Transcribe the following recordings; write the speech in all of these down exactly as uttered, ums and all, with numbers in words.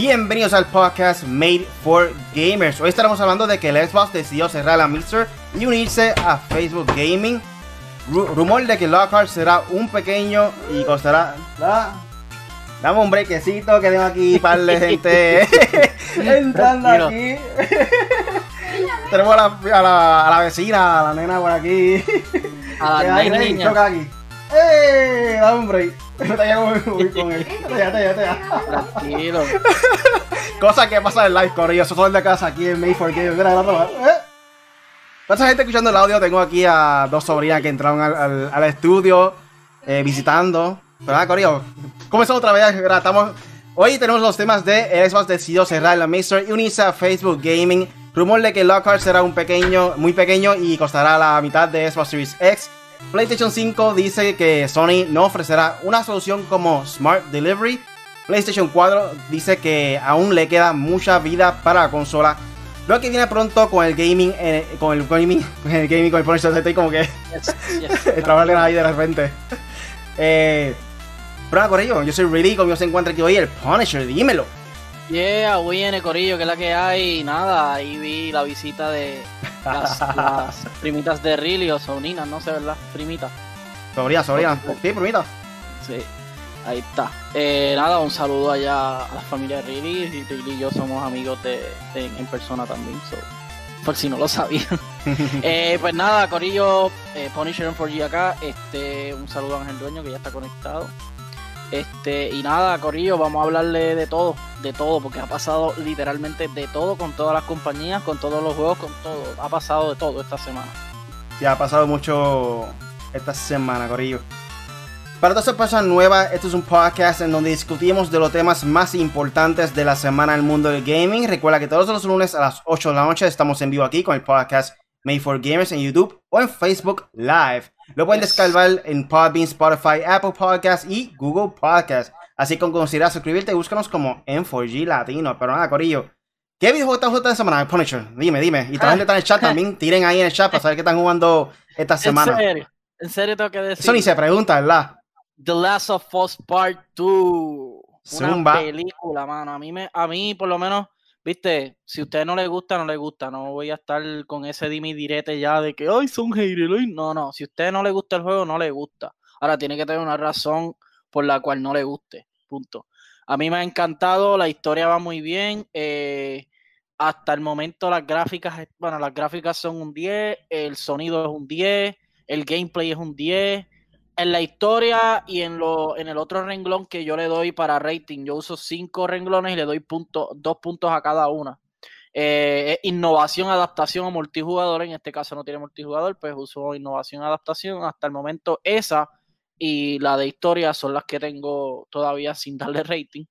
Bienvenidos al podcast Made for Gamers. Hoy estaremos hablando de que el Xbox decidió cerrar la Mixer y unirse a Facebook Gaming. Ru rumor de que Lockhart será un pequeño y costará... ¿La? Dame un brequecito que tengo aquí para la gente entrando aquí. Tenemos a la, a, la, a la vecina, a la nena por aquí. A la niña. Toca aquí. ¡Eh! Dame un break. No te hago muy con él. Ya, ya, ya. Tranquilo. Cosas que pasan en live, corrillo. Eso son de casa aquí en Made for Gamers. Mira, la toma. ¿Eh? Toda gente escuchando el audio. Tengo aquí a dos sobrinas que entraron al, al, al estudio eh, visitando. Pero nada, corrillo. Comenzamos otra vez. Estamos... Hoy tenemos los temas de Xbox decidió cerrar la Mixer y unirse a Facebook Gaming. Rumor de que Lockhart será un pequeño, muy pequeño y costará la mitad de Xbox Series X. PlayStation cinco dice que Sony no ofrecerá una solución como Smart Delivery. PlayStation cuatro dice que aún le queda mucha vida para la consola. Lo que viene pronto con el gaming, eh, con el gaming, con el gaming, con el Punisher, estoy como que Yes, yes. trabajan ahí de repente. Eh, pero nada, Corillo, yo soy Really, conmigo se encuentra aquí hoy el Punisher, dímelo. Yeah, viene Corillo, que es la que hay. Nada, ahí vi la visita de las, las primitas de Riley o sobrinas, no sé, ¿verdad? Primitas. Sobrina, sobrina, sí, primita. Sí, ahí está. Eh, nada, un saludo allá a la familia de Riley. Y Riley y yo somos amigos de, de- en persona también, so, por si no lo sabían. eh, pues nada, Corillo, eh, Punisher en cuatro G acá. Este, un saludo a Ángel Dueño que ya está conectado. Este, y nada, Corillo, vamos a hablarle de todo, de todo, porque ha pasado literalmente de todo con todas las compañías, con todos los juegos, con todo. Ha pasado de todo esta semana. Sí, ha pasado mucho esta semana, Corillo. Para todas las personas nuevas, esto es un podcast en donde discutimos de los temas más importantes de la semana en el mundo del gaming. Recuerda que todos los lunes a las ocho de la noche estamos en vivo aquí con el podcast Made for Gamers en YouTube o en Facebook Live. Lo pueden Yes. descargar en Podbean, Spotify, Apple Podcasts y Google Podcasts. Así que considera suscribirte y búscanos como M cuatro G Latino. Pero nada, Corillo, ¿qué videojuego están jugando esta semana? Punisher, dime, dime. Y toda la gente está en el chat también. Tiren ahí en el chat para saber qué están jugando esta semana. En serio, en serio tengo que decir. Eso ni se pregunta, ¿verdad? The Last of Us Part dos. Una Zumba. película, mano. A mí, me, a mí, por lo menos, viste, si a usted no le gusta, no le gusta. No voy a estar con ese dime y direte ya de que, ay, son haters. ay". No, no. Si a usted no le gusta el juego, no le gusta. Ahora, tiene que tener una razón por la cual no le guste. Punto. A mí me ha encantado. La historia va muy bien. eh, hasta el momento, las gráficas, bueno, las gráficas son un diez. El sonido es un diez. El gameplay es un diez. En la historia y en, lo, en el otro renglón que yo le doy para rating, yo uso cinco renglones y le doy punto, dos puntos a cada una. Eh, innovación, adaptación o multijugador. En este caso no tiene multijugador, pues uso innovación, adaptación. Hasta el momento esa y la de historia son las que tengo todavía sin darle rating.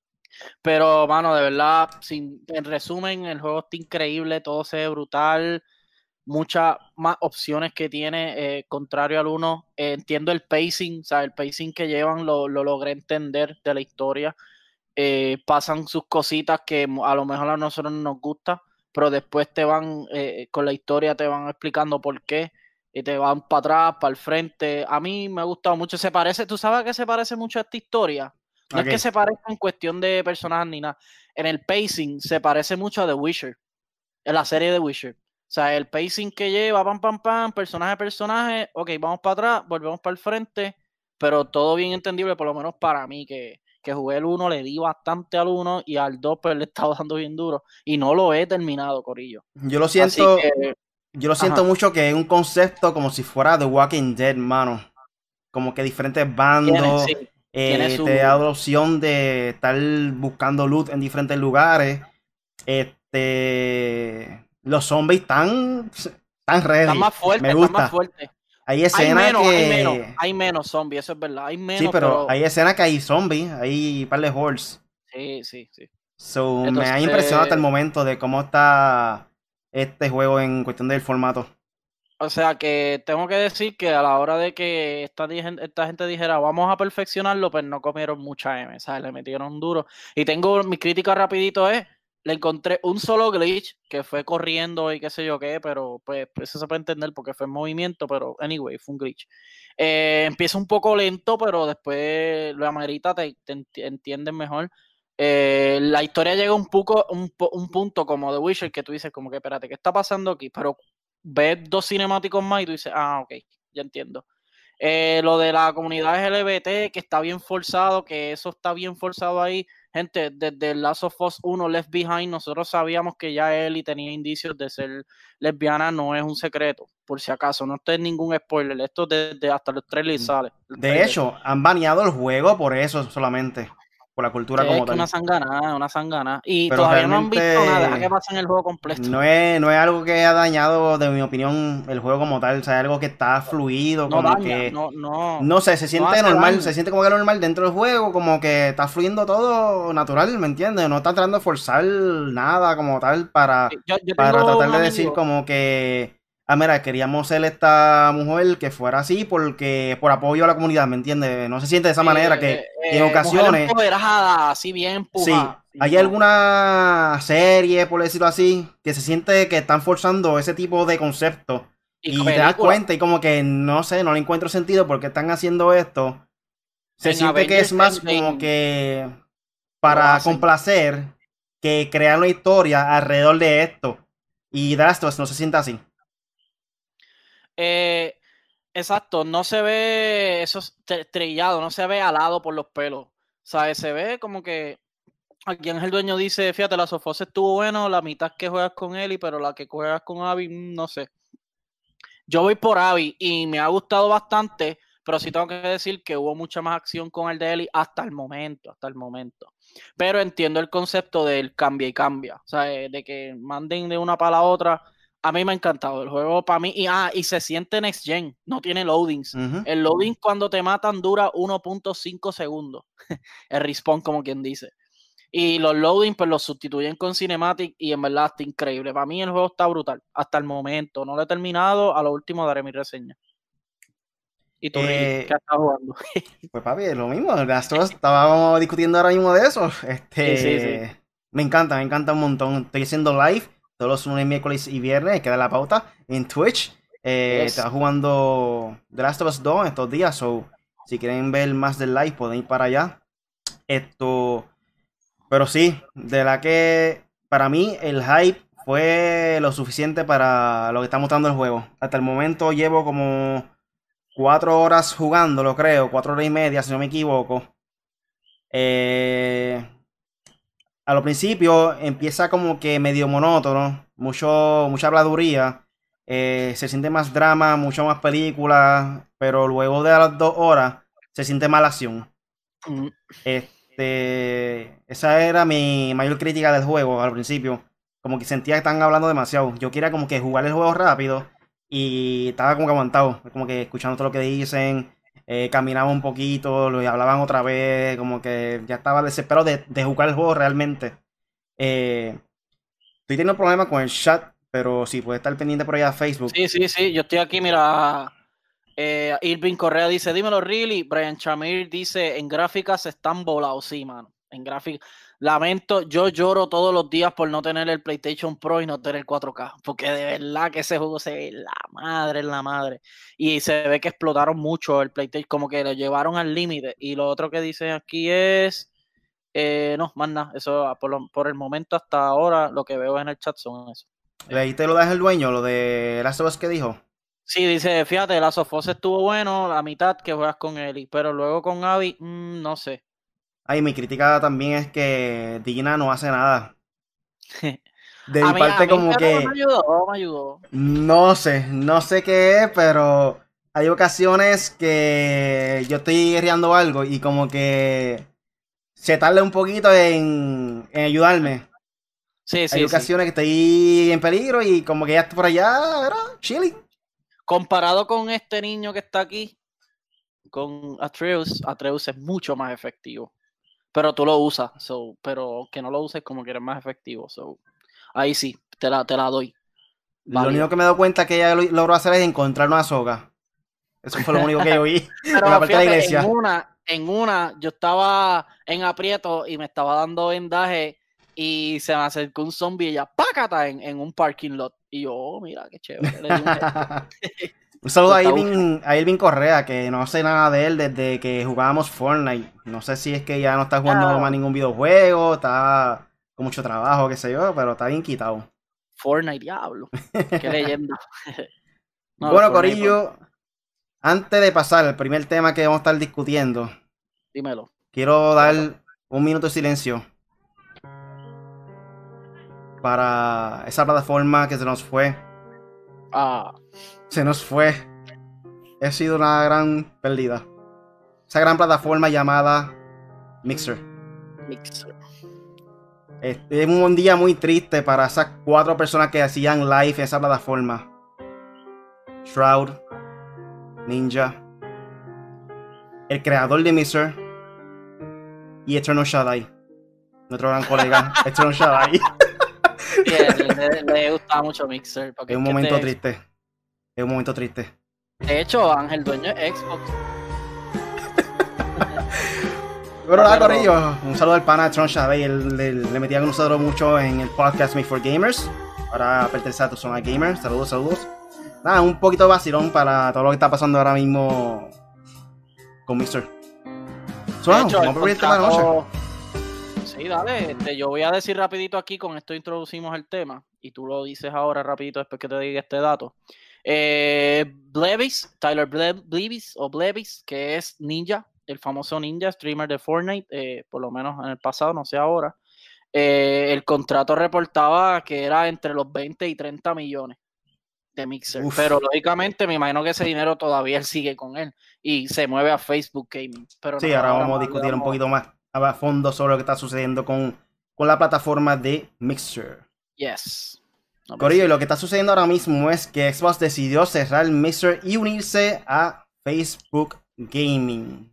Pero, mano, de verdad, sin, en resumen, el juego está increíble, todo se ve brutal, muchas más opciones que tiene, eh, contrario al uno. Eh, entiendo el pacing, o sea, el pacing que llevan lo, lo logré entender de la historia. Eh, pasan sus cositas que a lo mejor a nosotros no nos gusta, pero después te van, eh, con la historia te van explicando por qué, y te van para atrás, para el frente. A mí me ha gustado mucho, se parece, ¿tú sabes a qué se parece mucho a esta historia? No Ok. es que se parezca en cuestión de personajes ni nada, en el pacing se parece mucho a The Witcher, en la serie de Witcher. O sea, el pacing que lleva, pam, pam, pam, personaje a personaje, ok, vamos para atrás, volvemos para el frente, pero todo bien entendible, por lo menos para mí, que, que jugué el uno, le di bastante al uno y al dos pues le he estado dando bien duro y no lo he terminado, Corillo. Yo lo Así siento, que, yo lo siento ajá, mucho que es un concepto como si fuera The Walking Dead, mano. Como que diferentes tiene, bandos, sí, tiene eh, su... te da la opción de estar buscando loot en diferentes lugares. Este, los zombies están, están Están ready. más fuertes, Me están más gusta. fuertes. Hay Hay escenas menos, hay menos, que, hay menos zombies, eso es verdad, hay sí, menos, pero pero hay escenas que hay zombies, hay un par de hordes. sí, sí, sí. So, me ha impresionado hasta el Entonces, momento de cómo está este juego en cuestión del formato. o sea que tengo que decir que a la hora de que esta, digen- esta gente dijera vamos a perfeccionarlo, pues no comieron mucha M, ¿sabes? Le metieron duro. Y tengo mi crítica rapidito es, le encontré un solo glitch que fue corriendo y qué sé yo qué, pero pues pues, eso se puede entender porque fue en movimiento, pero anyway, fue un glitch. Eh, empieza un poco lento, pero después lo amerita, te, te enti- entiendes mejor. Eh, la historia llega un poco, un, un punto como The Witcher que tú dices como que espérate, ¿qué está pasando aquí? Pero ves dos cinemáticos más y tú dices, ah, ok, ya entiendo. Eh, lo de la comunidad L G B T, que está bien forzado, que eso está bien forzado ahí. Gente, desde Last of Us uno, Left Behind, nosotros sabíamos que ya Ellie tenía indicios de ser lesbiana, no es un secreto, por si acaso, no está en ningún spoiler, esto desde hasta los trailers sale. El De trailer. hecho, han baneado el juego por eso solamente, por la cultura Que es como que una tal. sangana, una sangana. Y Pero todavía no han visto nada, deja que realmente pasen el juego completo. no es, no es algo que haya dañado, de mi opinión, el juego como tal. O sea, es algo que está fluido, No como daña, que, no, no, no sé, se no siente hace normal, daño. se siente como que normal dentro del juego, como que está fluyendo todo natural, ¿me entiendes? No está tratando de forzar nada como tal para, Yo, yo para tengo tratar un de decir amigo, como que, ah, mira, queríamos ser esta mujer que fuera así porque, por apoyo a la comunidad, ¿me entiendes? No se siente de esa sí, manera eh, que, que en eh, mujer ocasiones, empoderada, así bien sí, empujada. Sí, hay no. alguna serie, por decirlo así, que se siente que están forzando ese tipo de conceptos Y y te das película, cuenta y como que, no sé, no le encuentro sentido porque están haciendo esto. Se en siente que es Avengers más como Endgame que lo para hacen. complacer que crear una historia alrededor de esto. Y The Last of Us no se siente así. Eh, exacto, no se ve eso estrellado, no se ve alado por los pelos. ¿Sabes? Se ve como que aquí Ángel Dueño dice, fíjate, la Sofos estuvo bueno, la mitad que juegas con Eli, pero la que juegas con Abby, mm, no sé. Yo voy por Abby y me ha gustado bastante, pero sí tengo que decir que hubo mucha más acción con el de Eli hasta el momento, hasta el momento. Pero entiendo el concepto del cambia y cambia, o sea, eh, de que manden de una para la otra. A mí me ha encantado el juego para mí. Y, ah, y se siente next gen, no tiene loadings. Ujú. El loading cuando te matan dura uno punto cinco segundos. El respawn, como quien dice. Y los loading, pues los sustituyen con Cinematic y en verdad está increíble. Para mí el juego está brutal. Hasta el momento. No lo he terminado. A lo último daré mi reseña. ¿Y tú, Riley? ¿Qué Eh, estás jugando? pues papi, es lo mismo. The Last of Us, estábamos discutiendo ahora mismo de eso. Sí, sí, sí. Este, me encanta, me encanta un montón. Estoy haciendo live todos los lunes, miércoles y viernes, queda la pauta en Twitch. Eh, Yes. estaba jugando The Last of Us dos estos días, so si quieren ver más del live pueden ir para allá. Esto, pero sí, de la que para mí el hype fue lo suficiente para lo que está mostrando el juego. Hasta el momento llevo como cuatro horas jugándolo, creo, cuatro horas y media, si no me equivoco. Eh, a lo principio empieza como que medio monótono, mucho, mucha habladuría. Eh, se siente más drama, mucho más película, pero luego de las dos horas se siente más la acción. Mm. Este, esa era mi mayor crítica del juego al principio. Como que sentía que estaban hablando demasiado. Yo quería como que jugar el juego rápido y estaba como que aguantado. Como que escuchando todo lo que dicen, eh, caminaba un poquito, lo hablaban otra vez, como que ya estaba desesperado de, de jugar el juego realmente. Eh, estoy teniendo problemas con el chat, pero sí, puede estar pendiente por allá a Facebook. Sí, sí, sí. Yo estoy aquí, mira. Eh, Irving Correa dice, dímelo, Really. Brian Chamir dice, en gráficas están volados. Sí, mano. En gráficas. Lamento, yo lloro todos los días por no tener el PlayStation Pro y no tener el cuatro K. Porque de verdad que ese juego se ve la madre, la madre. Y se ve que explotaron mucho el PlayStation, como que lo llevaron al límite. Y lo otro que dice aquí es... Eh, no, más nada. Eso por, lo, por el momento hasta ahora lo que veo en el chat son eso. Ahí te lo das el dueño, lo de Last of Us que dijo. Sí, dice, fíjate, la Sofos estuvo bueno, la mitad que juegas con Eli, pero luego con Abby, mmm, no sé. Ay, mi crítica también es que Dina no hace nada. De mi A mí, a parte mí, como pero me que ayudó, me ayudó. no sé, no sé qué es, pero hay ocasiones que yo estoy guerreando algo y como que se tarda un poquito en, en ayudarme. Sí, Hay sí, sí. ocasiones que estoy en peligro y como que ya estoy por allá, ¿verdad? Chilling. Comparado con este niño que está aquí, con Atreus, Atreus es mucho más efectivo. Pero tú lo usas, so, pero que no lo uses como que eres más efectivo. So. Ahí sí, te la, te la doy. Lo único Válida. que me he dado cuenta que ella lo- logró hacer es encontrar una soga. Eso fue lo único que yo vi en la Pero parte de la fíjate, en iglesia. una, en una, yo estaba en aprieto y me estaba dando vendaje y se me acercó un zombie y ella, ¡pácata! En, en un parking lot. Y yo, oh, mira, qué chévere, le di un headshot. Un saludo Lo a está Irving, a Irving Correa, que no sé nada de él desde que jugábamos Fortnite. No sé si es que ya no está jugando más buscando. ningún videojuego, está con mucho trabajo, qué sé yo, pero está bien quitado. Fortnite, diablo. Qué leyenda. No, Bueno, Fortnite, por- Corillo, antes de pasar al primer tema que vamos a estar discutiendo, dímelo. quiero Tíralo. dar un minuto de silencio para esa plataforma que se nos fue. Ah, Se nos fue. Ha sido una gran pérdida. Esa gran plataforma llamada Mixer. Mixer. Este, es un día muy triste para esas cuatro personas que hacían live en esa plataforma. Shroud, Ninja, el creador de Mixer y Eternal Shaddai. Nuestro gran colega, Eternal Shaddai. Sí, le, le, le gustaba mucho Mixer, porque Es es un que es momento de, triste. Es un momento triste. de hecho, Ángel, dueño de Xbox. Bueno, No, nada, pero Corillo. Un saludo al pana Eternal Shaddai. Él, le, le metía con nosotros mucho en el podcast Made for Gamers. Ahora pertenece a tu zona gamer. Saludos, saludos. Nada, un poquito de vacilón para todo lo que está pasando ahora mismo con Mixer. So, de vamos hecho, a el abrir el tema de la noche. contrato. Sí, dale. Este, yo voy a decir rapidito aquí, con esto introducimos el tema, y tú lo dices ahora rapidito después que te diga este dato. Eh, Blevis, Tyler Ble Blevis o Blevis, que es Ninja, el famoso Ninja, streamer de Fortnite, eh, por lo menos en el pasado, no sé ahora. Eh, el contrato reportaba que era entre los veinte y treinta millones de Mixer, Uf. pero lógicamente me imagino que ese dinero todavía él sigue con él y se mueve a Facebook Gaming. Pero Sí, nada, ahora ahora vamos a más le discutir un damos. poquito más a fondo sobre lo que está sucediendo con, con la plataforma de Mixer. Yes. No, pues Corillo, y sí. lo que está sucediendo ahora mismo es que Xbox decidió cerrar Mixer y unirse a Facebook Gaming.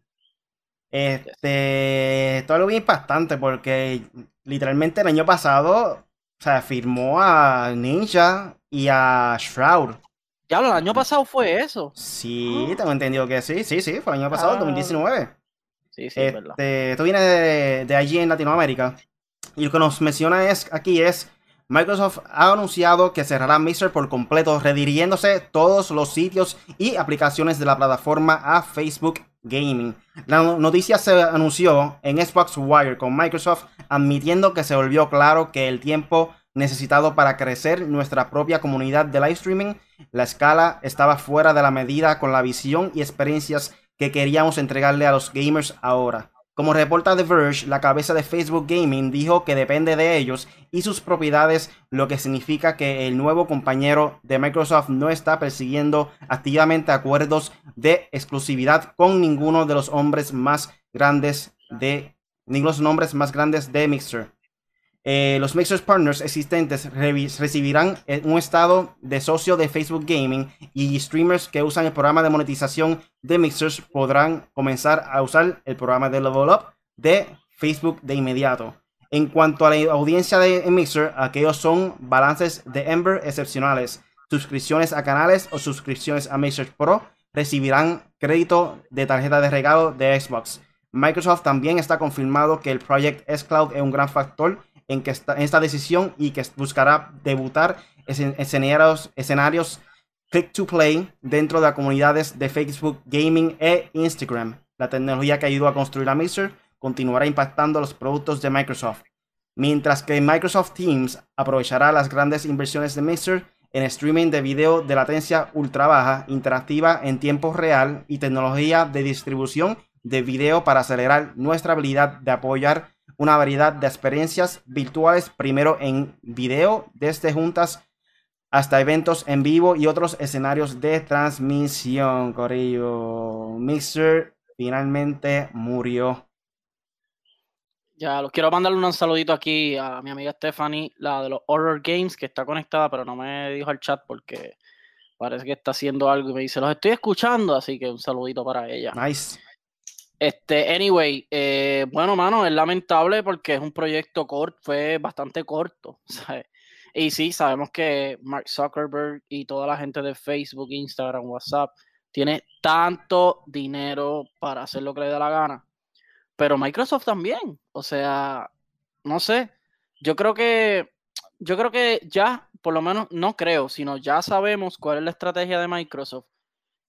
Yes. Este, esto es algo bien impactante porque literalmente el año pasado, o sea, firmó a Ninja y a Shroud. Ya el año pasado fue eso. Sí, tengo entendido que sí, sí, sí, fue el año pasado, el Ah, dos mil diecinueve. sí, sí, es verdad. Este, esto viene de, de allí en Latinoamérica. Y lo que nos menciona es, aquí es, Microsoft ha anunciado que cerrará Mixer por completo, redirigiéndose todos los sitios y aplicaciones de la plataforma a Facebook Gaming. La noticia se anunció en Xbox Wire con Microsoft admitiendo que se volvió claro que el tiempo necesitado para crecer nuestra propia comunidad de live streaming, la escala estaba fuera de la medida con la visión y experiencias que queríamos entregarle a los gamers ahora. Como reporta The Verge, la cabeza de Facebook Gaming dijo que depende de ellos y sus propiedades, lo que significa que el nuevo compañero de Microsoft no está persiguiendo activamente acuerdos de exclusividad con ninguno de los hombres más grandes de ninguno de los nombres más grandes de Mixer. Eh, los Mixers Partners existentes recibirán un estado de socio de Facebook Gaming y streamers que usan el programa de monetización de Mixers podrán comenzar a usar el programa de Level Up de Facebook de inmediato. En cuanto a la audiencia de Mixer, aquellos son balances de Ember excepcionales, suscripciones a canales o suscripciones a Mixer Pro recibirán crédito de tarjeta de regalo de Xbox. Microsoft también está confirmado que el Project xCloud es un gran factor en, que está, en esta decisión y que buscará debutar en escenarios, escenarios click to play dentro de las comunidades de Facebook Gaming e Instagram. La tecnología que ayudó a construir a Mixer continuará impactando los productos de Microsoft. Mientras que Microsoft Teams aprovechará las grandes inversiones de Mixer en streaming de video de latencia ultra baja, interactiva en tiempo real y tecnología de distribución de video para acelerar nuestra habilidad de apoyar una variedad de experiencias virtuales, primero en video, desde juntas hasta eventos en vivo y otros escenarios de transmisión. Corillo, Mixer finalmente murió. Ya, los quiero mandarle un saludito aquí a mi amiga Stephanie, la de los Horror Games, que está conectada, pero no me dijo al chat porque parece que está haciendo algo y me dice, los estoy escuchando, así que un saludito para ella. Nice. Este, anyway, eh, bueno, mano, es lamentable porque es un proyecto corto, fue bastante corto, ¿sabes? Y sí, sabemos que Mark Zuckerberg y toda la gente de Facebook, Instagram, WhatsApp, tiene tanto dinero para hacer lo que le da la gana, pero Microsoft también, o sea, no sé, yo creo que, yo creo que ya, por lo menos, no creo, sino ya sabemos cuál es la estrategia de Microsoft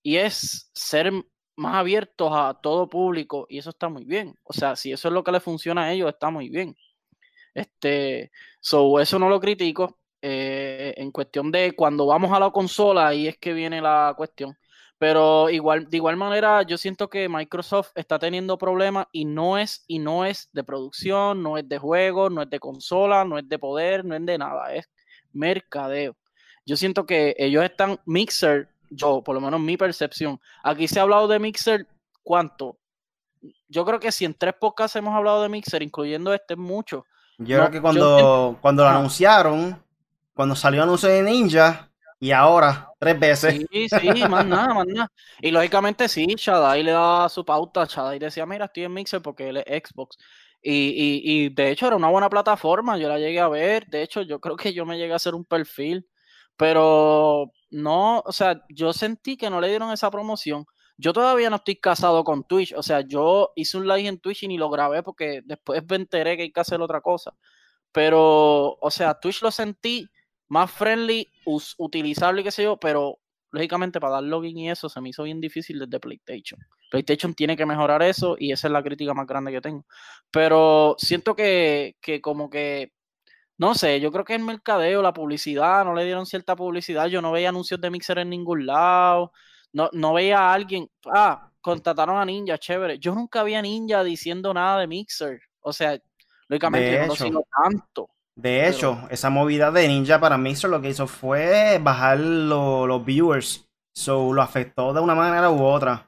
y es ser más abiertos a todo público, y eso está muy bien. O sea, si eso es lo que le funciona a ellos, está muy bien. Este, so, eso no lo critico. Eh, en cuestión de cuando vamos a la consola, ahí es que viene la cuestión. Pero igual, de igual manera, yo siento que Microsoft está teniendo problemas y no es, y no es de producción, no es de juegos, no es de consola, no es de poder, no es de nada, es mercadeo. Yo siento que ellos están, Mixer, yo, por lo menos mi percepción, aquí se ha hablado de Mixer, ¿cuánto? Yo creo que si en tres podcasts hemos hablado de Mixer, incluyendo este, es mucho. Yo creo No, que yo siento, cuando, cuando lo ajá, anunciaron, cuando salió el anuncio de Ninja, y ahora, tres veces. sí, sí, más nada, más nada. Y lógicamente sí, Shadai le daba su pauta, Shadai decía, mira, estoy en Mixer porque él es Xbox. Y, y, y de hecho era una buena plataforma, yo la llegué a ver, de hecho yo creo que yo me llegué a hacer un perfil, pero no, o sea, yo sentí que no le dieron esa promoción. Yo todavía no estoy casado con Twitch, o sea, yo hice un live en Twitch y ni lo grabé porque después me enteré que hay que hacer otra cosa. Pero, o sea, Twitch lo sentí más friendly, us, utilizable y qué sé yo, pero lógicamente para dar login y eso se me hizo bien difícil desde PlayStation. PlayStation tiene que mejorar eso y esa es la crítica más grande que tengo. Pero siento que, que como que, no sé, yo creo que el mercadeo, la publicidad, no le dieron cierta publicidad. Yo no veía anuncios de Mixer en ningún lado. No, no veía a alguien, ah, contrataron a Ninja, chévere. Yo nunca vi a Ninja diciendo nada de Mixer. O sea, lógicamente yo De no lo hecho, sigo tanto, de pero hecho, esa movida de Ninja para Mixer lo que hizo fue bajar lo- los viewers. So, lo afectó de una manera u otra.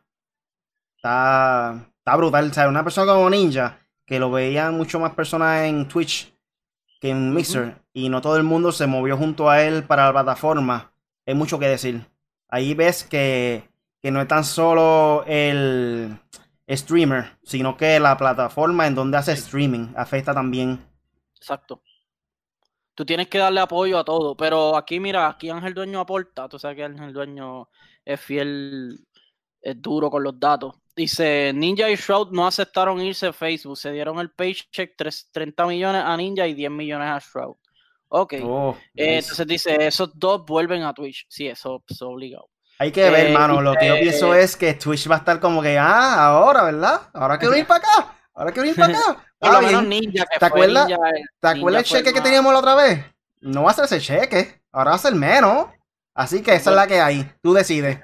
Está, está brutal. O sea, una persona como Ninja, que lo veían mucho más personas en Twitch que en ujú, Mixer, y no todo el mundo se movió junto a él para la plataforma. Hay mucho que decir. Ahí ves que, que no es tan solo el streamer, sino que la plataforma en donde hace sí, streaming afecta también. exacto. Tú tienes que darle apoyo a todo, pero aquí mira, aquí Ángel Dueño aporta, tú sabes que Ángel Dueño es fiel, es duro con los datos. Dice, Ninja y Shroud no aceptaron irse a Facebook, se dieron el paycheck tres- treinta millones a Ninja y diez millones a Shroud. Ok, eh, Oh, nice. entonces dice, esos dos vuelven a Twitch. Sí, eso es obligado. Hay que ver, Eh, mano. Lo que yo pienso dice, es que Twitch va a estar como que, ah, ahora, ¿verdad? Ahora quiero ir para acá. Ahora quiero ir para acá. por Está lo menos bien. Ninja, que ¿Te fue acuerdas? Ninja, ¿Te acuerdas Ninja el fue el cheque que más, teníamos la otra vez? No va a ser ese cheque. Ahora va a ser menos. Así que esa es bueno, la que hay. Tú decides.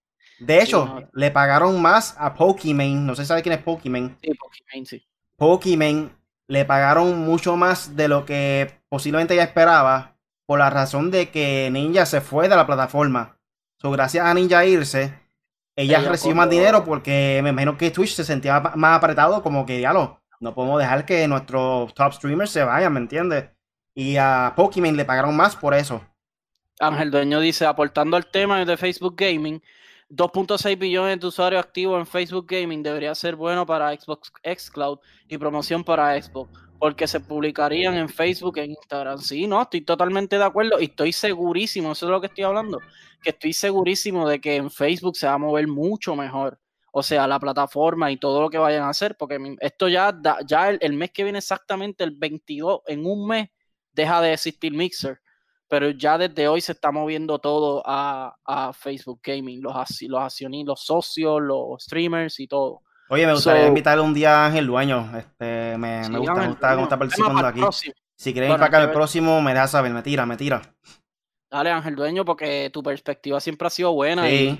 De sí, hecho, no, le pagaron más a Pokimane. No sé si sabe quién es Pokimane. sí, Pokémon, sí. Pokimane le pagaron mucho más de lo que posiblemente ella esperaba. Por la razón de que Ninja se fue de la plataforma. So, gracias a Ninja irse, ella Ella recibió más cogió, dinero porque me imagino que Twitch se sentía más apretado, como que diablo, no podemos dejar que nuestros top streamers se vayan, ¿me entiendes? Y a Pokimane le pagaron más por eso. Ángel Dueño dice, aportando al tema de Facebook Gaming, dos punto seis billones de usuarios activos en Facebook Gaming debería ser bueno para Xbox xCloud y promoción para Xbox, porque se publicarían en Facebook e Instagram. Sí, no, estoy totalmente de acuerdo y estoy segurísimo, eso es lo que estoy hablando, que estoy segurísimo de que en Facebook se va a mover mucho mejor. O sea, la plataforma y todo lo que vayan a hacer, porque esto ya, da, ya el, el mes que viene exactamente, el veintidós, en un mes, deja de existir Mixer, pero ya desde hoy se está moviendo todo a, a Facebook Gaming, los, los accionistas, los socios, los streamers y todo. Oye, me gustaría So, invitarle un día a Ángel Dueño. Este, me, me gusta, sigan me el gusta cómo dueño. está Tema participando para el aquí. próximo. Si quieren ir Bueno, para hay acá que el ver. próximo, me deja saber, me tira, me tira. Dale, Ángel Dueño, porque tu perspectiva siempre ha sido buena Sí, y,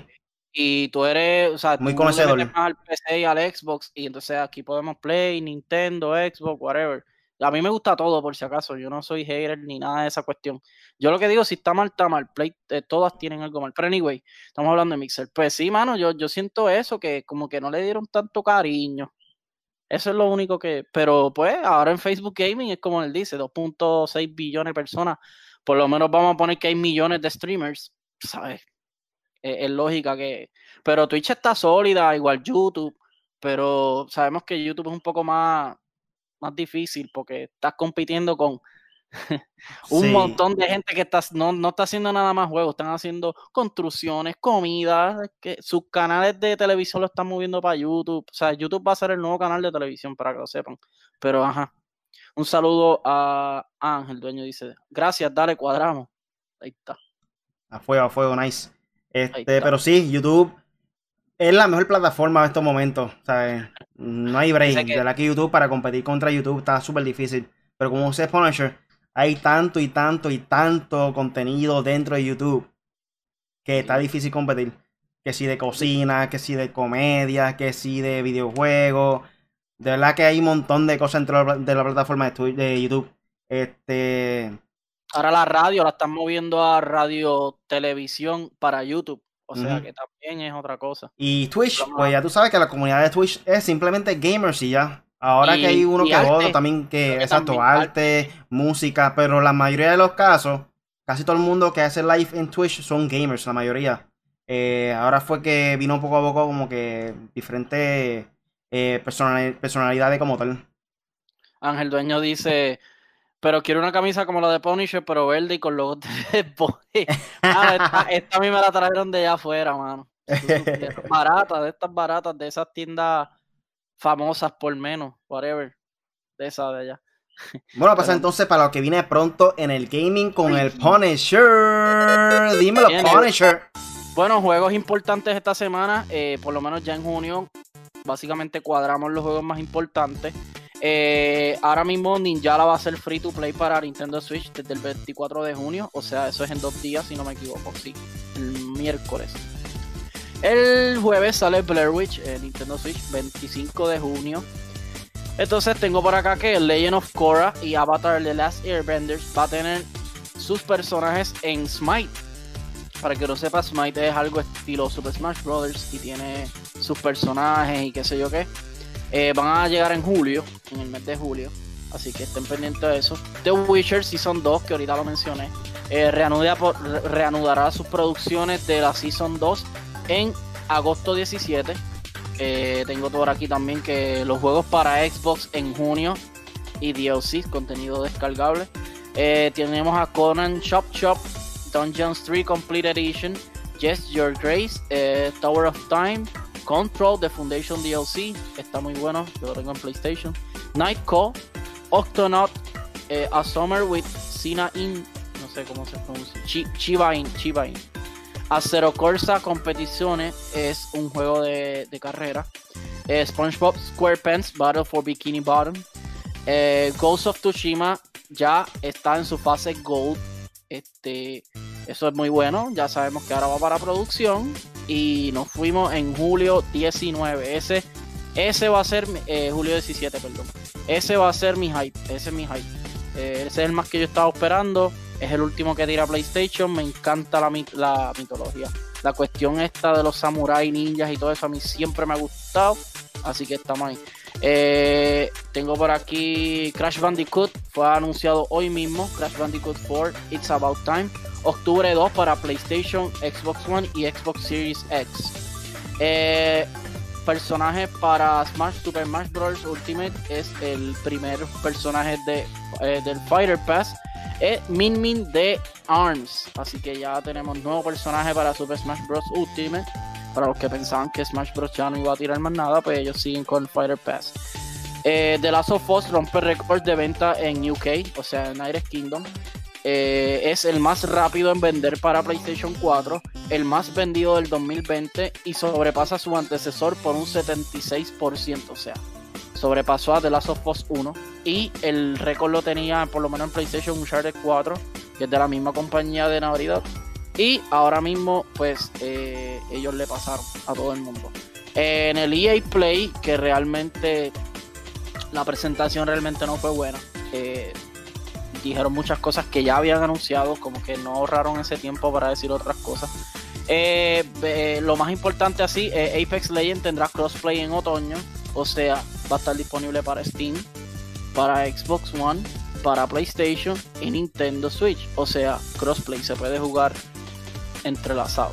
y tú eres, o sea, muy tú le metes conocedor. más al P C y al Xbox y entonces aquí podemos Play, Nintendo, Xbox, whatever. A mí me gusta todo, por si acaso. Yo no soy hater ni nada de esa cuestión. Yo lo que digo, si está mal, está mal. Play, eh, todas tienen algo mal. Pero anyway, estamos hablando de Mixer. Pues sí, mano, yo, yo siento eso, que como que no le dieron tanto cariño. Eso es lo único que. Pero pues, ahora en Facebook Gaming es como él dice, dos punto seis billones de personas. Por lo menos vamos a poner que hay millones de streamers, ¿sabes? Es, es lógica que. Pero Twitch está sólida, igual YouTube. Pero sabemos que YouTube es un poco más, más difícil porque estás compitiendo con un Sí, montón de gente que está, no, no está haciendo nada más juegos, están haciendo construcciones, comida, que sus canales de televisión lo están moviendo para YouTube. O sea, YouTube va a ser el nuevo canal de televisión para que lo sepan. Pero ajá, un saludo a Ángel, dueño dice, gracias, dale, cuadramos. Ahí está, a fuego, a fuego, nice. ahí Este, está. pero sí, YouTube. Es la mejor plataforma en estos momentos, ¿sabes? No hay break. que... De la que YouTube para competir contra YouTube está súper difícil. Pero como dice Punisher, hay tanto y tanto y tanto contenido dentro de YouTube que sí. Está difícil competir. Que si de cocina, que si de comedia, que si de videojuegos. De verdad que hay un montón de cosas dentro de la plataforma de, Twitch, de YouTube. Este... Ahora la radio la están moviendo a radio televisión para YouTube. O sea uh-huh. que también es otra cosa. Y Twitch, Pero, pues ya tú sabes que la comunidad de Twitch es simplemente gamers y ya. Ahora y, que hay uno que arte, otro también que, que exacto, también, arte, arte, música, pero la mayoría de los casos, casi todo el mundo que hace live en Twitch son gamers, la mayoría. Eh, ahora fue que vino poco a poco como que diferentes eh, personal, personalidades como tal. Ángel Dueño dice... Pero quiero una camisa como la de Punisher, pero verde y con logos de Boy. Ah, esta, esta a mí me la trajeron de allá afuera, mano. Baratas, de estas baratas, de esas tiendas famosas por menos, whatever. De esas de allá. Bueno, pasa pero... entonces para lo que viene pronto en el gaming con el Punisher. Dímelo, Bien, Punisher. Bueno, juegos importantes esta semana, eh, por lo menos ya en junio. Básicamente cuadramos los juegos más importantes. Eh, ahora mismo Ninjala va a ser free to play para Nintendo Switch desde el veinticuatro de junio, o sea, eso es en dos días si no me equivoco, sí, el miércoles. El jueves sale Blair Witch en Nintendo Switch, veinticinco de junio. Entonces tengo por acá que Legend of Korra y Avatar The Last Airbender va a tener sus personajes en Smite. Para que no sepa, Smite es algo estilo Super Smash Bros. Y tiene sus personajes y qué sé yo qué. Eh, van a llegar en julio, en el mes de julio, así que estén pendientes de eso. The Witcher Season dos, que ahorita lo mencioné, eh, reanuda por, re, reanudará sus producciones de la Season dos en agosto diecisiete. Eh, tengo por aquí también que los juegos para Xbox en junio y D L C, contenido descargable. Eh, tenemos a Conan Chop Chop, Dungeons tres Complete Edition, Just Your Grace, eh, Tower of Time, Control, The Foundation D L C, está muy bueno, yo lo tengo en PlayStation. Night Call, Octonaut, eh, A Summer with Sina In, no sé cómo se pronuncia, Ch Chiba In, Chiba In. Acero Corsa Competiciones es un juego de, de carrera. Eh, SpongeBob SquarePants Battle for Bikini Bottom. Eh, Ghost of Tsushima ya está en su fase Gold. Este, eso es muy bueno, ya sabemos que ahora va para producción. Y nos fuimos en julio diecinueve. Ese, ese va a ser eh, julio diecisiete, perdón. Ese va a ser mi hype. Ese es mi hype. Eh, ese es el más que yo estaba esperando. Es el último que tira PlayStation. Me encanta la, mit la mitología. La cuestión esta de los samuráis, ninjas y todo eso a mí siempre me ha gustado. Así que estamos ahí. Eh, tengo por aquí Crash Bandicoot. Fue anunciado hoy mismo. Crash Bandicoot cuatro. It's About Time. Octubre dos para PlayStation, Xbox One y Xbox Series X. Eh, personaje para Smash, Super Smash Bros. Ultimate es el primer personaje de, eh, del Fighter Pass. Es Min Min de ARMS. Así que ya tenemos nuevo personaje para Super Smash Bros. Ultimate. Para los que pensaban que Smash Bros. Ya no iba a tirar más nada, pues ellos siguen con el Fighter Pass. Eh, The Last of Us rompe récord de venta en U K, o sea en United Kingdom. Eh, es el más rápido en vender para PlayStation cuatro, el más vendido del dos mil veinte y sobrepasa a su antecesor por un setenta y seis por ciento, o sea, sobrepasó a The Last of Us uno y el récord lo tenía por lo menos en PlayStation Uncharted cuatro, que es de la misma compañía de Naughty Dog, y ahora mismo pues eh, ellos le pasaron a todo el mundo. Eh, en el E A Play, que realmente la presentación realmente no fue buena, eh, dijeron muchas cosas que ya habían anunciado, como que no ahorraron ese tiempo para decir otras cosas. Eh, eh, lo más importante así, eh, Apex Legends tendrá crossplay en otoño, o sea, va a estar disponible para Steam, para Xbox One, para PlayStation y Nintendo Switch, o sea, crossplay, se puede jugar entrelazado.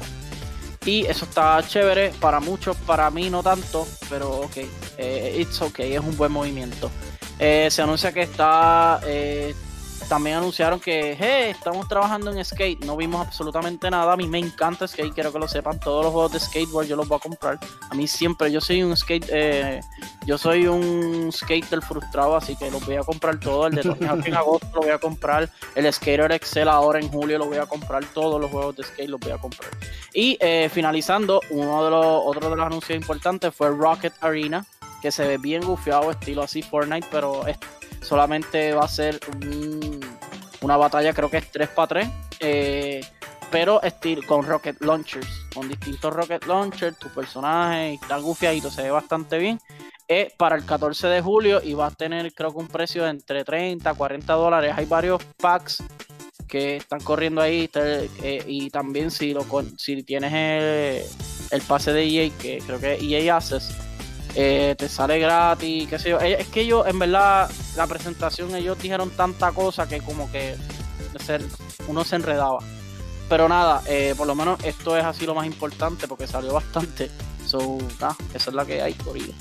Y eso está chévere para muchos, para mí no tanto, pero ok, eh, it's ok, es un buen movimiento. Eh, se anuncia que está... Eh, también anunciaron que, hey, estamos trabajando en Skate. No vimos absolutamente nada. A mí me encanta Skate, quiero que lo sepan. Todos los juegos de skateboard yo los voy a comprar. A mí siempre, yo soy un skate, eh, yo soy un skater frustrado, así que los voy a comprar todos. El de Tony Hawk en agosto lo voy a comprar. El Skater Excel ahora en julio lo voy a comprar. Todos los juegos de skate los voy a comprar. Y eh, finalizando, uno de los otros de los anuncios importantes fue Rocket Arena, que se ve bien gufiado, estilo así Fortnite, pero es, solamente va a ser un, una batalla, creo que es tres para tres, eh, pero estilo, con rocket launchers, con distintos rocket launchers, tu personaje está gufiadito, se ve bastante bien. Es para el catorce de julio y va a tener, creo que un precio de entre treinta a cuarenta dólares. Hay varios packs que están corriendo ahí, eh, y también si lo si tienes el, el pase de E A, que creo que es E A Access, eh, te sale gratis, qué sé yo. Es que ellos, en verdad, la presentación, ellos dijeron tanta cosa que como que uno se enredaba. Pero nada, eh, por lo menos esto es así lo más importante porque salió bastante. So, nah, esa es la que hay por ahí.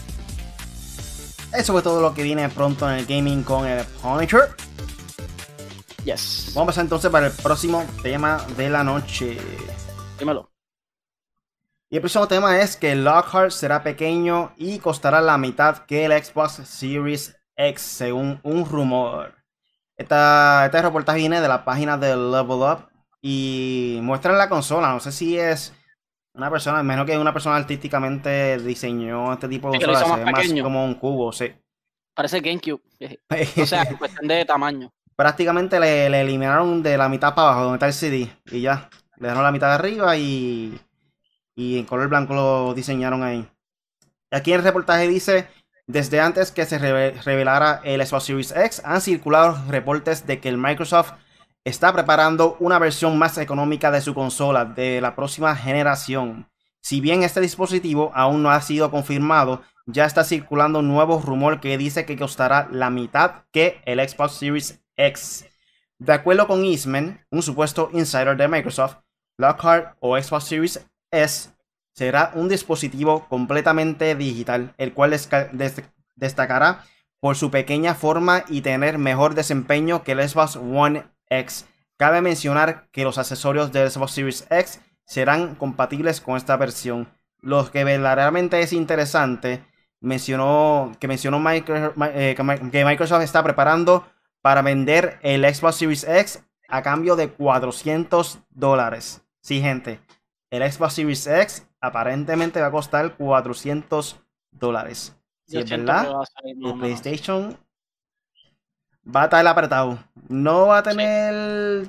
Eso fue todo lo que viene pronto en el gaming con el Punisher. Yes. Vamos a pasar entonces para el próximo tema de la noche. Dímelo. Y el próximo tema es que el Lockhart será pequeño y costará la mitad que el Xbox Series X, según un rumor. Esta, este reportaje viene de la página de Level Up y muestra la consola. No sé si es una persona, menos que una persona artísticamente diseñó este tipo de sí, consola. Más, se ve más como un cubo, sí. Parece GameCube. O sea, en cuestión de tamaño. Prácticamente le, le eliminaron de la mitad para abajo donde está el C D y ya. Le dejaron la mitad de arriba y, y en color blanco lo diseñaron ahí. Aquí en el reportaje dice: desde antes que se revelara el Xbox Series X, han circulado reportes de que el Microsoft está preparando una versión más económica de su consola de la próxima generación. Si bien este dispositivo aún no ha sido confirmado, ya está circulando un nuevo rumor que dice que costará la mitad que el Xbox Series X. De acuerdo con Eastman, un supuesto insider de Microsoft, Lockhart o Xbox Series S será un dispositivo completamente digital, el cual destacará por su pequeña forma y tener mejor desempeño que el Xbox One X. Cabe mencionar que los accesorios del Xbox Series X serán compatibles con esta versión. Lo que verdaderamente es interesante, mencionó que mencionó Microsoft, eh, que Microsoft está preparando para vender el Xbox Series X a cambio de cuatrocientos dólares. Sí, gente, el Xbox Series X aparentemente va a costar cuatrocientos dólares. Si es verdad, el PlayStation va a estar apretado. No va a tener sí.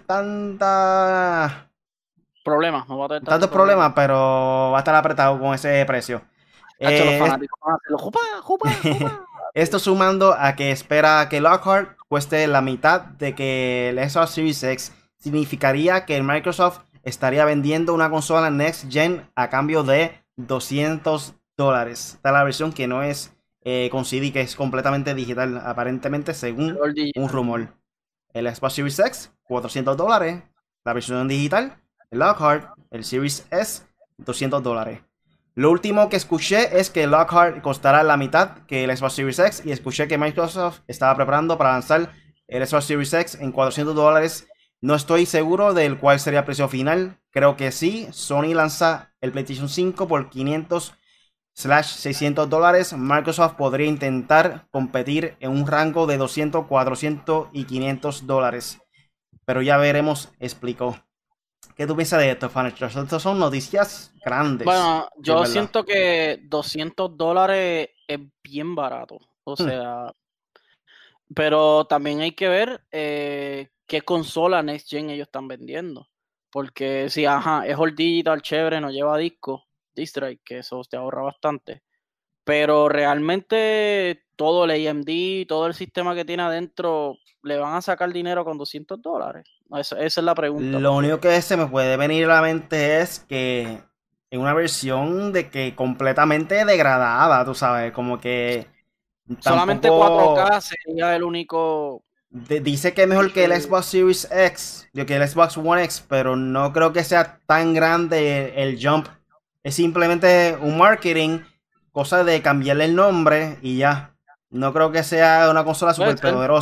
tanta... Problemas, no va a tener tantos problemas, problema. Pero va a estar apretado con ese precio. Eh, los fanáticos van a hacerlo. ¡Jupa, jupa, jupa! Esto sumando a que espera que Lockhart cueste la mitad de que el Xbox Series X, significaría que Microsoft estaría vendiendo una consola Next Gen a cambio de doscientos dólares. Esta es la versión que no es eh, con C D, que es completamente digital, aparentemente según un rumor. El Xbox Series X, cuatrocientos dólares. La versión digital, el Lockhart, el Series S, doscientos dólares. Lo último que escuché es que Lockhart costará la mitad que el Xbox Series X, y escuché que Microsoft estaba preparando para lanzar el Xbox Series X en cuatrocientos dólares. No estoy seguro del cuál sería el precio final. Creo que sí. Sony lanza el PlayStation cinco por quinientos seiscientos dólares. Microsoft podría intentar competir en un rango de doscientos, cuatrocientos y quinientos dólares. Pero ya veremos, explicó. ¿Qué tú piensas de esto, Fanager? Estas son noticias grandes. Bueno, yo siento que doscientos dólares es bien barato. O sea, hmm. pero también hay que ver eh, qué consola Next Gen ellos están vendiendo. Porque si, ajá, es all digital, chévere, no lleva disco, disc drive, que eso te ahorra bastante. Pero realmente todo el A M D, todo el sistema que tiene adentro, ¿le van a sacar dinero con doscientos dólares? Esa, esa es la pregunta. Lo porque... único que se me puede venir a la mente es que en una versión de que completamente degradada, tú sabes, como que... Solamente tampoco... cuatro K sería el único... De, dice que es mejor que el Xbox Series X, que el Xbox One X, pero no creo que sea tan grande el, el jump. Es simplemente un marketing, cosa de cambiarle el nombre y ya. No creo que sea una consola súper poderosa.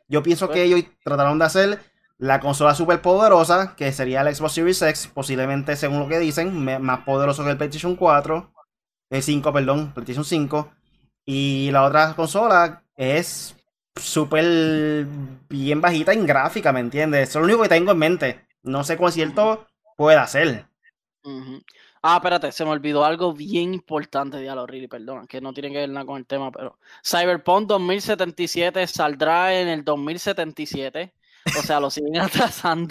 Yo pienso Pues, que ellos trataron de hacer la consola super poderosa, que sería el Xbox Series X, posiblemente según lo que dicen, me- más poderoso que el PlayStation cuatro, el cinco, perdón, PlayStation cinco. Y la otra consola es súper bien bajita en gráfica, ¿me entiendes? Eso es lo único que tengo en mente. No sé cuán ujú, cierto puede hacer. ujú. Ah, espérate, se me olvidó algo bien importante, diablo, really, perdona, que no tiene que ver nada con el tema, pero Cyberpunk dos mil setenta y siete saldrá en el dos mil setenta y siete, o sea, lo siguen atrasando.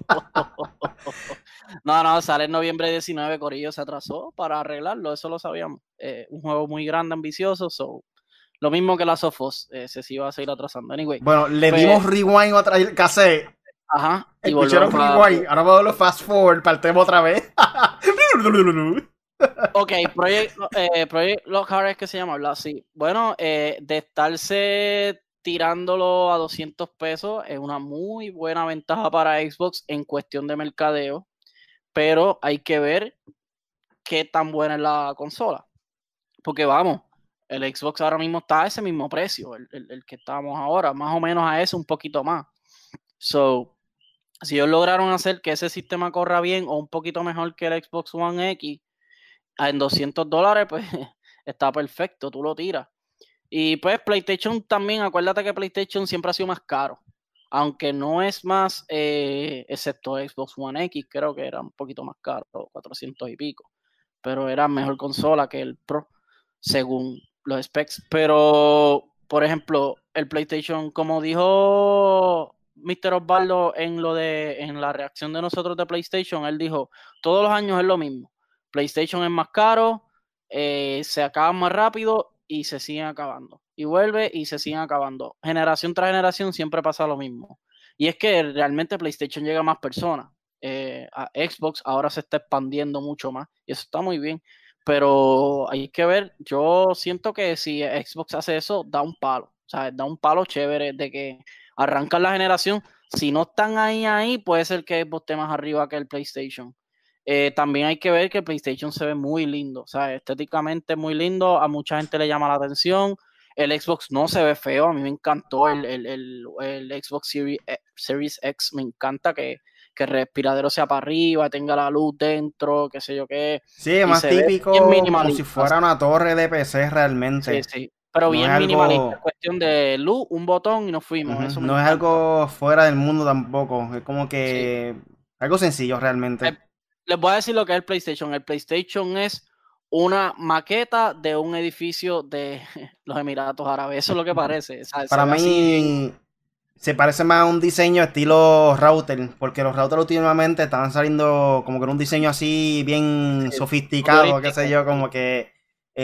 No, no, sale en noviembre diecinueve, Corillo se atrasó para arreglarlo, eso lo sabíamos. Eh, un juego muy grande, ambicioso, so, lo mismo que la Sofos, eh, se sí iba a seguir atrasando. Anyway, Bueno, le pues, dimos rewind otra vez, cassette. ajá, y Escucharon volvemos para... rewind. Ahora vamos a darle fast forward para el tema otra vez. Ok, Project, eh, Project Lockhart es que se llama, ¿verdad? Sí. Bueno, eh, de estarse tirándolo a doscientos pesos es una muy buena ventaja para Xbox en cuestión de mercadeo, pero hay que ver qué tan buena es la consola. Porque vamos, el Xbox ahora mismo está a ese mismo precio, el, el, el que estábamos ahora, más o menos a ese, un poquito más. So, si ellos lograron hacer que ese sistema corra bien o un poquito mejor que el Xbox One X, en doscientos dólares, pues está perfecto, tú lo tiras. Y pues PlayStation también, acuérdate que PlayStation siempre ha sido más caro, aunque no es más, eh, excepto Xbox One X, creo que era un poquito más caro, cuatrocientos y pico, pero era mejor consola que el Pro, según los specs. Pero, por ejemplo, el PlayStation, como dijo míster Osvaldo en lo de en la reacción de nosotros de PlayStation, él dijo, todos los años es lo mismo. PlayStation es más caro, eh, se acaba más rápido y se siguen acabando. Y vuelve y se siguen acabando. Generación tras generación siempre pasa lo mismo. Y es que realmente PlayStation llega a más personas. Eh, a Xbox ahora se está expandiendo mucho más y eso está muy bien. Pero hay que ver, yo siento que si Xbox hace eso, da un palo. O sea, da un palo chévere de que arrancan la generación. Si no están ahí, ahí, puede ser que Xbox esté más arriba que el PlayStation. Eh, también hay que ver que el PlayStation se ve muy lindo, o sea, estéticamente muy lindo, a mucha gente le llama la atención. El Xbox no se ve feo, a mí me encantó el, el, el, el Xbox Series, eh, Series X, me encanta que, que el respiradero sea para arriba, tenga la luz dentro, qué sé yo qué, Sí, es y más se ve bien típico como si minimalista. fuera una torre de P C Sí, realmente. sí, pero No es bien minimalista, algo, es cuestión de luz, un botón y nos fuimos, ujú, eso me no es encanta. algo fuera del mundo tampoco. Es como Sí. que algo sencillo realmente. Eh, Les voy a decir lo que es el PlayStation. El PlayStation es una maqueta de un edificio de los Emiratos Árabes. Eso es lo que parece. O sea, se Para ve así bien. mí se parece más a un diseño estilo router, porque los routers últimamente estaban saliendo como que en un diseño así bien Sí, sofisticado, qué sé futurístico. yo, como que,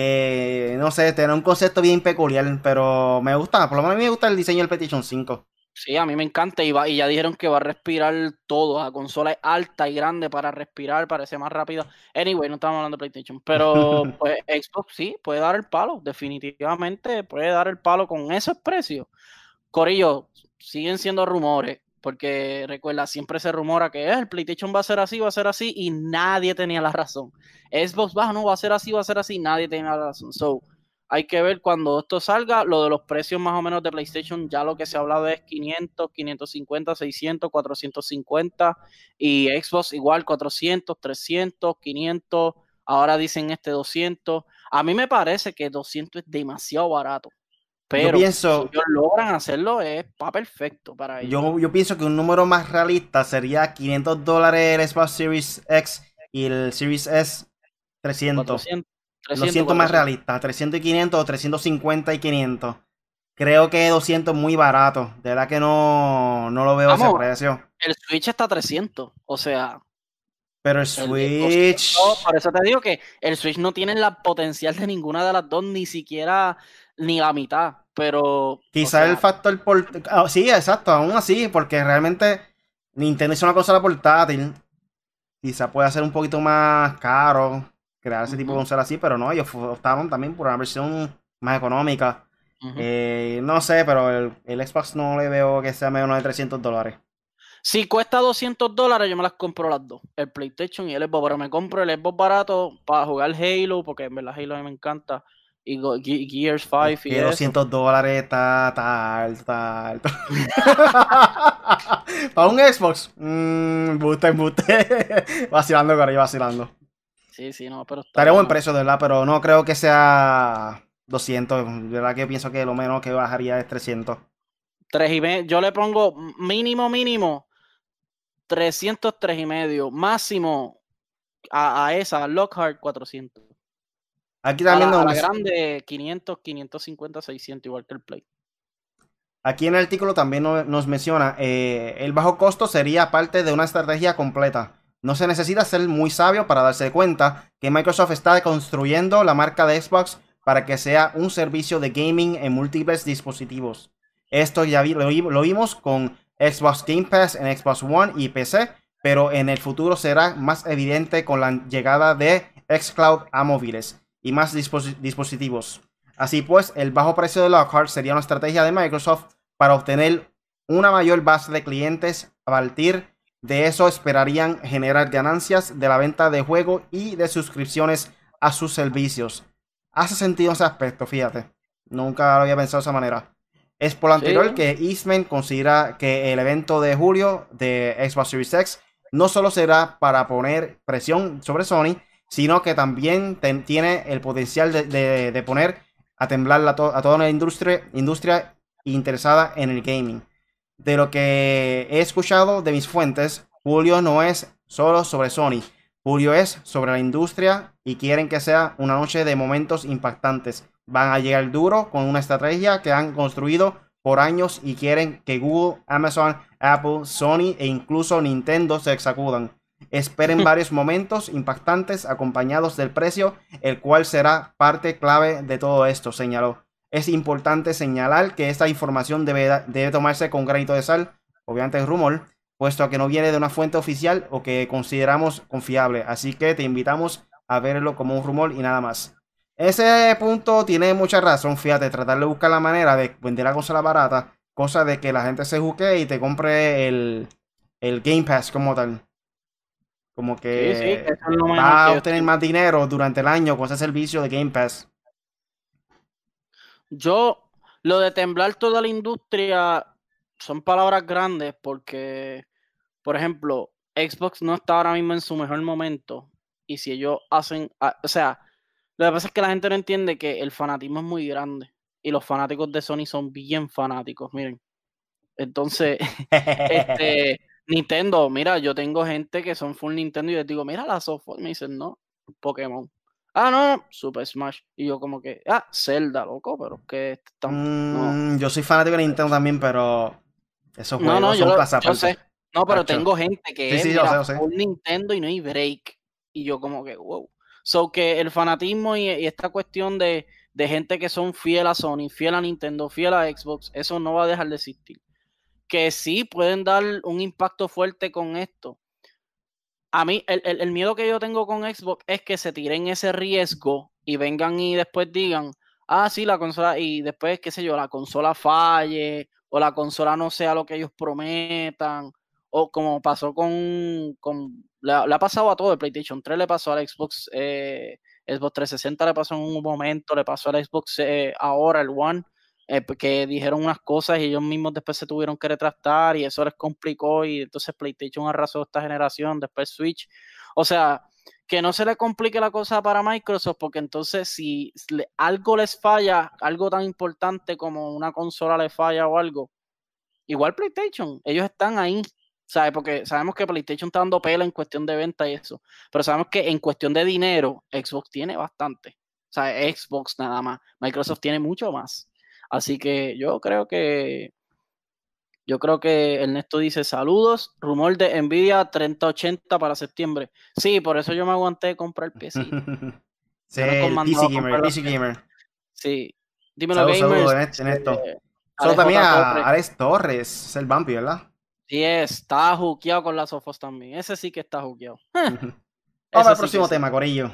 eh, no sé, tiene un concepto bien peculiar, pero me gusta, por lo menos a mí me gusta el diseño del PlayStation cinco. Sí, a mí me encanta y, va, y ya dijeron que va a respirar todo. La consola es alta y grande para respirar, parece más rápida. Anyway, no estamos hablando de PlayStation, pero pues Xbox sí puede dar el palo, definitivamente puede dar el palo con esos precios. Corillo, siguen siendo rumores, porque recuerda, siempre se rumora que "Ah, el PlayStation va a ser así, va a ser así", y nadie tenía la razón. Xbox va, no, va a ser así, va a ser así, nadie tenía la razón. So, hay que ver cuando esto salga, lo de los precios más o menos de PlayStation, ya lo que se ha hablado es quinientos, quinientos cincuenta, seiscientos, cuatrocientos cincuenta, y Xbox igual cuatrocientos, trescientos, quinientos, ahora dicen este doscientos. A mí me parece que doscientos es demasiado barato. Yo Pero si pienso, ellos logran hacerlo, es pa perfecto para ellos. yo, yo pienso que un número más realista sería quinientos dólares el Xbox Series X y el Series S trescientos. cuatrocientos, Lo trescientos, siento más cuatrocientos. realista, trescientos y quinientos o trescientos cincuenta y quinientos. Creo que doscientos es muy barato. De verdad que no, no lo veo ese Vamos, precio. el Switch está a trescientos. O sea, Pero el el, el doscientos. Switch. Por eso te digo que el Switch no tiene la potencial de ninguna de las dos, ni siquiera ni la mitad. Pero, o Quizá el sea, factor por... ah, sí, exacto, aún así, porque realmente Nintendo es una consola portátil. Quizá pueda ser un poquito más caro crear ese tipo de ujú, consola así, pero no, ellos optaron también por una versión más económica. ujú. Eh, no sé, pero el, el Xbox no le veo que sea menos de trescientos dólares. Si cuesta doscientos dólares, yo me las compro las dos. El PlayStation y el Xbox. Pero me compro el Xbox barato para jugar Halo, porque en verdad Halo a mí me encanta. y Go- Ge- Gears Es cinco y que eso. doscientos dólares está, está alto, está alto. Para un Xbox, mmm, embuste, embuste. Vacilando, Corillo, vacilando. Sí, sí, no, pero está Estaría buen bueno. precio, de verdad, pero no creo que sea doscientos. De verdad que pienso que lo menos que bajaría es trescientos. Tres y medio, yo le pongo mínimo, mínimo, trescientos tres y medio. Máximo a, a esa, a Lockhart, cuatrocientos. Aquí A también la, a nos, la mes- grande, quinientos, quinientos cincuenta, seiscientos, igual que el Play. aquí en el artículo también no- nos menciona, eh, el bajo costo sería parte de una estrategia completa. No se necesita ser muy sabio para darse cuenta que Microsoft está construyendo la marca de Xbox para que sea un servicio de gaming en múltiples dispositivos. Esto ya vi- lo, vi- lo vimos con Xbox Game Pass en Xbox One y P C, pero en el futuro será más evidente con la llegada de xCloud a móviles y más disposi- dispositivos. Así pues, el bajo precio de Lockhart sería una estrategia de Microsoft para obtener una mayor base de clientes. A partir de eso esperarían generar ganancias de la venta de juegos y de suscripciones a sus servicios. Hace sentido ese aspecto, fíjate. Nunca lo había pensado de esa manera. Es por lo Sí, anterior que Eastman considera que el evento de julio de Xbox Series X no solo será para poner presión sobre Sony, sino que también ten- tiene el potencial de, de- de poner a temblar la to- a toda una industria, industria interesada en el gaming. De lo que he escuchado de mis fuentes, Julio no es solo sobre Sony. Julio es sobre la industria y quieren que sea una noche de momentos impactantes. Van a llegar duro con una estrategia que han construido por años y quieren que Google, Amazon, Apple, Sony e incluso Nintendo se sacudan. Esperen varios momentos impactantes acompañados del precio, el cual será parte clave de todo esto, señaló. Es importante señalar que esta información debe, debe tomarse con granito de sal, obviamente es rumor, puesto que no viene de una fuente oficial o que consideramos confiable. Así que te invitamos a verlo como un rumor y nada más. Ese punto tiene mucha razón, fíjate, tratar de buscar la manera de vender la consola barata, cosa de que la gente se juque y te compre el, el Game Pass como tal. Como sí, sí, que que eso es lo mejor va a que yo obtener estoy. más dinero durante el año con ese servicio de Game Pass. Yo, lo de temblar toda la industria son palabras grandes porque, por ejemplo, Xbox no está ahora mismo en su mejor momento. Y si ellos hacen, ah, o sea, lo que pasa es que la gente no entiende que el fanatismo es muy grande. Y los fanáticos de Sony son bien fanáticos, miren. Entonces, este, Nintendo, mira, yo tengo gente que son full Nintendo y les digo, mira la software. Me dicen, no, Pokémon. Ah, no, no, Super Smash. Y yo como que, ah, Zelda, loco, pero que están, no. Mm, yo soy fanático de Nintendo también, pero esos No, no, juegos yo, son lo- clase yo aparte. sé. No, pero Tacho. tengo gente Sí, que es, sí, yo sé, mira, yo sé. full Nintendo y no hay break. Y yo como que, wow. So que el fanatismo y, y esta cuestión de, de gente que son fiel a Sony, fiel a Nintendo, fiel a Xbox, eso no va a dejar de existir. Que sí pueden dar un impacto fuerte con esto. A mí, el, el, el miedo que yo tengo con Xbox es que se tiren ese riesgo y vengan y después digan, ah, sí, la consola, y después, qué sé yo, la consola falle, o la consola no sea lo que ellos prometan, o como pasó con, con le, le ha pasado a todo, el PlayStation tres le pasó al Xbox, eh, Xbox trescientos sesenta le pasó en un momento, le pasó al Xbox eh, ahora, el One, eh, que dijeron unas cosas y ellos mismos después se tuvieron que retractar y eso les complicó y entonces PlayStation arrasó esta generación, después Switch. O sea, que no se le complique la cosa para Microsoft porque entonces si le, algo les falla, algo tan importante como una consola le falla o algo, igual PlayStation, ellos están ahí. ¿Sabes? Porque sabemos que PlayStation está dando pela en cuestión de venta y eso. Pero sabemos que en cuestión de dinero, Xbox tiene bastante. O sea, Xbox nada más. Microsoft tiene mucho más. Así que yo creo que yo creo que Ernesto dice saludos, rumor de Nvidia treinta ochenta para septiembre. Sí, por eso yo me aguanté de comprar el piecito. Sí, Yo no he el P C mandado a Gamer, el comprar la P C P C. Gamer. Sí. Dímelo, Saludos, saludos gamers. en, este- en esto. Este, Solo también Alex J. a Torres. Alex Torres, es el Vampi, ¿verdad? Sí, está juqueado con las Sofos también. Ese sí que está juqueado. Vamos al Ese sí que próximo sí. tema, Corillo.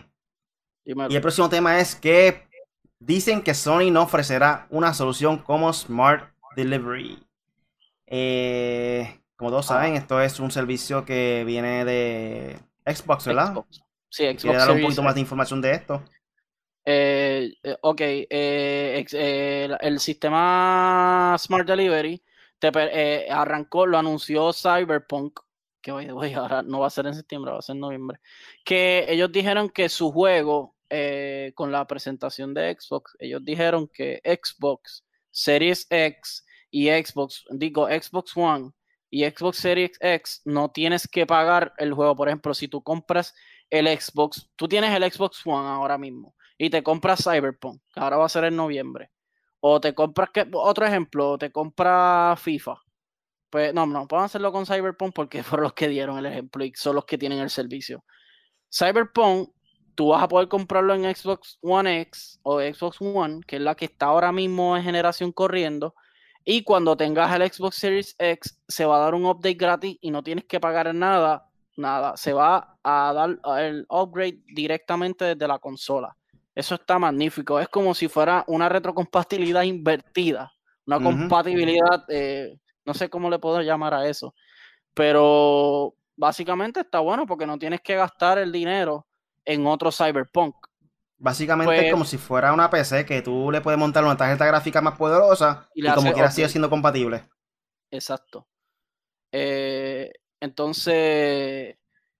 Y Dímelo. el próximo tema es que dicen que Sony no ofrecerá una solución como Smart Delivery. Eh, como todos Ah, saben, esto es un servicio que viene de Xbox, ¿verdad? Xbox. Sí, ¿Quiere Xbox darle un Series poquito más X. de información de esto? Eh, eh, ok, eh, ex- eh, el, el sistema Smart Delivery te per- eh, arrancó, lo anunció Cyberpunk, que hoy, hoy ahora no va a ser en septiembre, va a ser en noviembre, que ellos dijeron que su juego, eh, con la presentación de Xbox, ellos dijeron que Xbox Series X y Xbox, digo Xbox One y Xbox Series X no tienes que pagar el juego. Por ejemplo, si tú compras el Xbox, tú tienes el Xbox One ahora mismo y te compras Cyberpunk, que ahora va a ser en noviembre, o te compras, que, otro ejemplo, te compras FIFA, pues no, no, pueden hacerlo con Cyberpunk porque fueron los que dieron el ejemplo y son los que tienen el servicio. Cyberpunk, tú vas a poder comprarlo en Xbox One X o Xbox One, que es la que está ahora mismo en generación corriendo, y cuando tengas el Xbox Series X, se va a dar un update gratis y no tienes que pagar nada, nada, se va a dar el upgrade directamente desde la consola. Eso está magnífico, es como si fuera una retrocompatibilidad invertida, una Ujú. compatibilidad, eh, no sé cómo le puedo llamar a eso, pero básicamente está bueno porque no tienes que gastar el dinero en otro Cyberpunk. Básicamente es Pues, como si fuera una P C que tú le puedes montar una tarjeta gráfica más poderosa y le y como hace quiera sigue upgrade. siendo compatible. Exacto. Eh, entonces,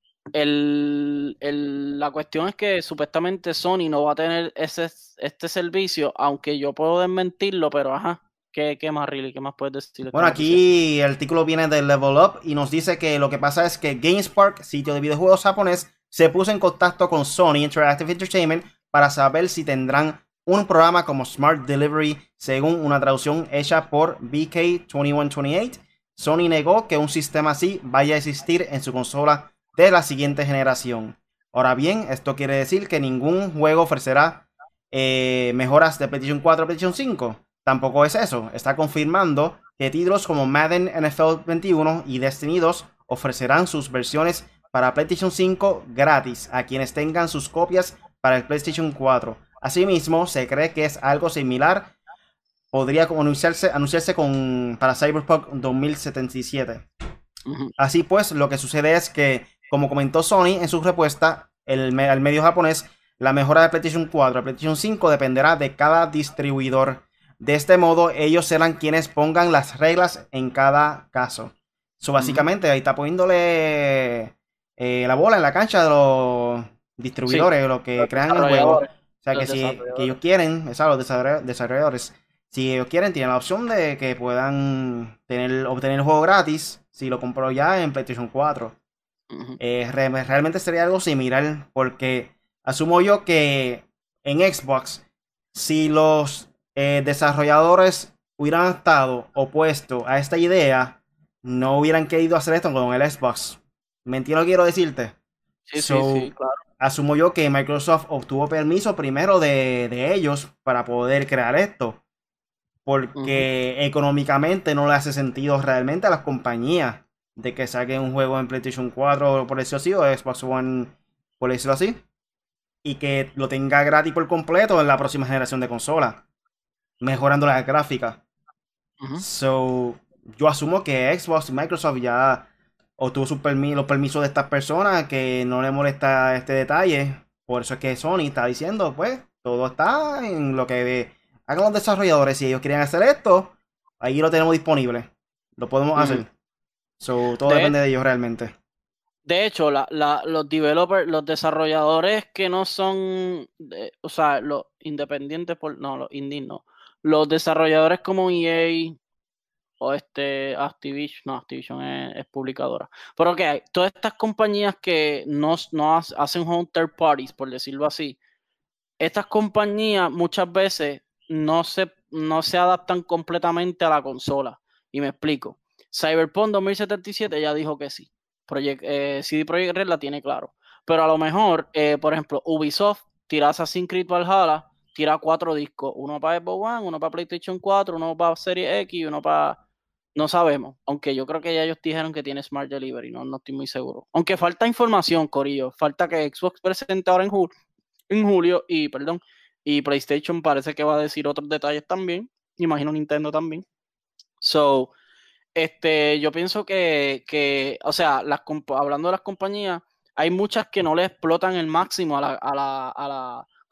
el, el- la cuestión es que supuestamente Sony no va a tener ese, este servicio, aunque yo puedo desmentirlo, pero ajá. ¿Qué, qué más, Really? ¿Qué más puedes decir de esta Bueno, noticia? aquí el artículo viene de Level Up y nos dice que lo que pasa es que GameSpark, sitio de videojuegos japonés, se puso en contacto con Sony Interactive Entertainment para saber si tendrán un programa como Smart Delivery, según una traducción hecha por B K veintiuno veintiocho. Sony negó que un sistema así vaya a existir en su consola de la siguiente generación. Ahora bien, esto quiere decir que ningún juego ofrecerá eh, mejoras de PlayStation cuatro a PlayStation cinco. Tampoco es eso, está confirmando que títulos como Madden N F L veintiuno y Destiny dos ofrecerán sus versiones para PlayStation cinco gratis a quienes tengan sus copias para el PlayStation cuatro. Asimismo, se cree que es algo similar, podría anunciarse, anunciarse con, para Cyberpunk dos mil setenta y siete. Ujú, Así pues, lo que sucede es que, como comentó Sony en su respuesta el, al medio japonés, la mejora de PlayStation cuatro a PlayStation cinco dependerá de cada distribuidor. De este modo, ellos serán quienes pongan las reglas en cada caso. So, ujú. básicamente, ahí está poniéndole eh, la bola en la cancha de los Sí, distribuidores, los que los crean el juego. desarrolladores. O sea, Los que si que desarrolladores. ellos quieren, o sea, los desarrolladores, si ellos quieren, tienen la opción de que puedan tener, obtener el juego gratis si lo compro ya en PlayStation cuatro. Ujú, Eh, re- realmente sería algo similar porque asumo yo que en Xbox, si los eh, desarrolladores hubieran estado opuestos a esta idea, no hubieran querido hacer esto con el Xbox. ¿Me entiendes lo que quiero decirte? sí, sí, sí, So, claro. asumo yo que Microsoft obtuvo permiso primero de, de ellos para poder crear esto Ujú, porque económicamente no le hace sentido realmente a las compañías de que saquen un juego en PlayStation cuatro, por decirlo así, o Xbox One, por decirlo así, y que lo tenga gratis por completo en la próxima generación de consolas, mejorando las gráficas. ujú. So, yo asumo que Xbox y Microsoft ya obtuvo sus permi- los permisos de estas personas, que no le molesta este detalle. Por eso es que Sony está diciendo, pues, todo está en lo que hagan los desarrolladores. Si ellos quieren hacer esto, ahí lo tenemos disponible. Lo podemos Ujú. hacer. So, todo De, depende de ellos realmente. de hecho, la, la- los developers, los desarrolladores que no son, de- o sea, los independientes, por, no, los indie no. Los desarrolladores como E A o este Activision, no, Activision es, es publicadora. Pero que hay todas estas compañías que no, no ha- hacen home third parties, por decirlo así, estas compañías muchas veces no se, no se adaptan completamente a la consola. Y me explico. Cyberpunk dos mil setenta y siete ya dijo que sí. Project, eh, C D Projekt Red la tiene claro. Pero a lo mejor, eh, por ejemplo, Ubisoft tira Assassin's Creed Valhalla, tira cuatro discos. Uno para Xbox One, uno para PlayStation cuatro, uno para Series X y uno para... No sabemos. Aunque yo creo que ya ellos dijeron que tiene Smart Delivery. No, no estoy muy seguro. Aunque falta información, Corillo. Falta que Xbox presente ahora en julio en julio y, perdón, y PlayStation parece que va a decir otros detalles también. Imagino Nintendo también. So, este, yo pienso que, que o sea, las, hablando de las compañías, hay muchas que no le explotan el máximo a la, a la, a la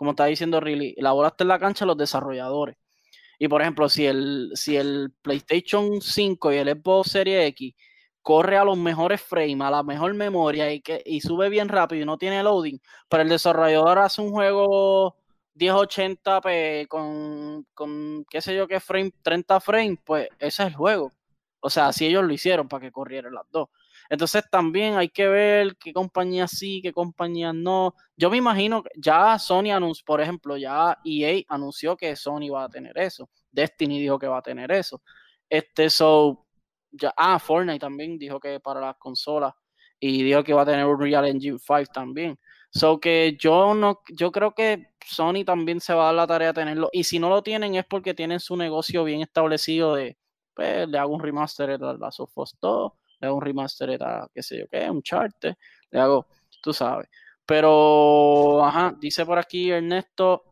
como está diciendo Riley, la bola está en la cancha de los desarrolladores. Y por ejemplo, si el, si el PlayStation cinco y el Xbox Series X corre a los mejores frames, a la mejor memoria y, que, y sube bien rápido y no tiene loading, pero el desarrollador hace un juego diez ochenta p con, con qué sé yo qué frame, treinta frames, pues ese es el juego. O sea, así ellos lo hicieron para que corrieran las dos. Entonces también hay que ver qué compañías sí, qué compañías no. Yo me imagino que ya Sony anunció, por ejemplo, ya E A anunció que Sony va a tener eso. Destiny dijo que va a tener eso. Este, so, ya, ah, Fortnite también dijo que para las consolas y dijo que va a tener un Unreal Engine cinco también. So que yo no, yo creo que Sony también se va a dar la tarea de tenerlo. Y si no lo tienen es porque tienen su negocio bien establecido de, pues, le hago un remaster de Last of Us dos, le hago un remaster a qué sé yo qué, un charter, le hago, tú sabes. Pero, ajá, dice por aquí Ernesto,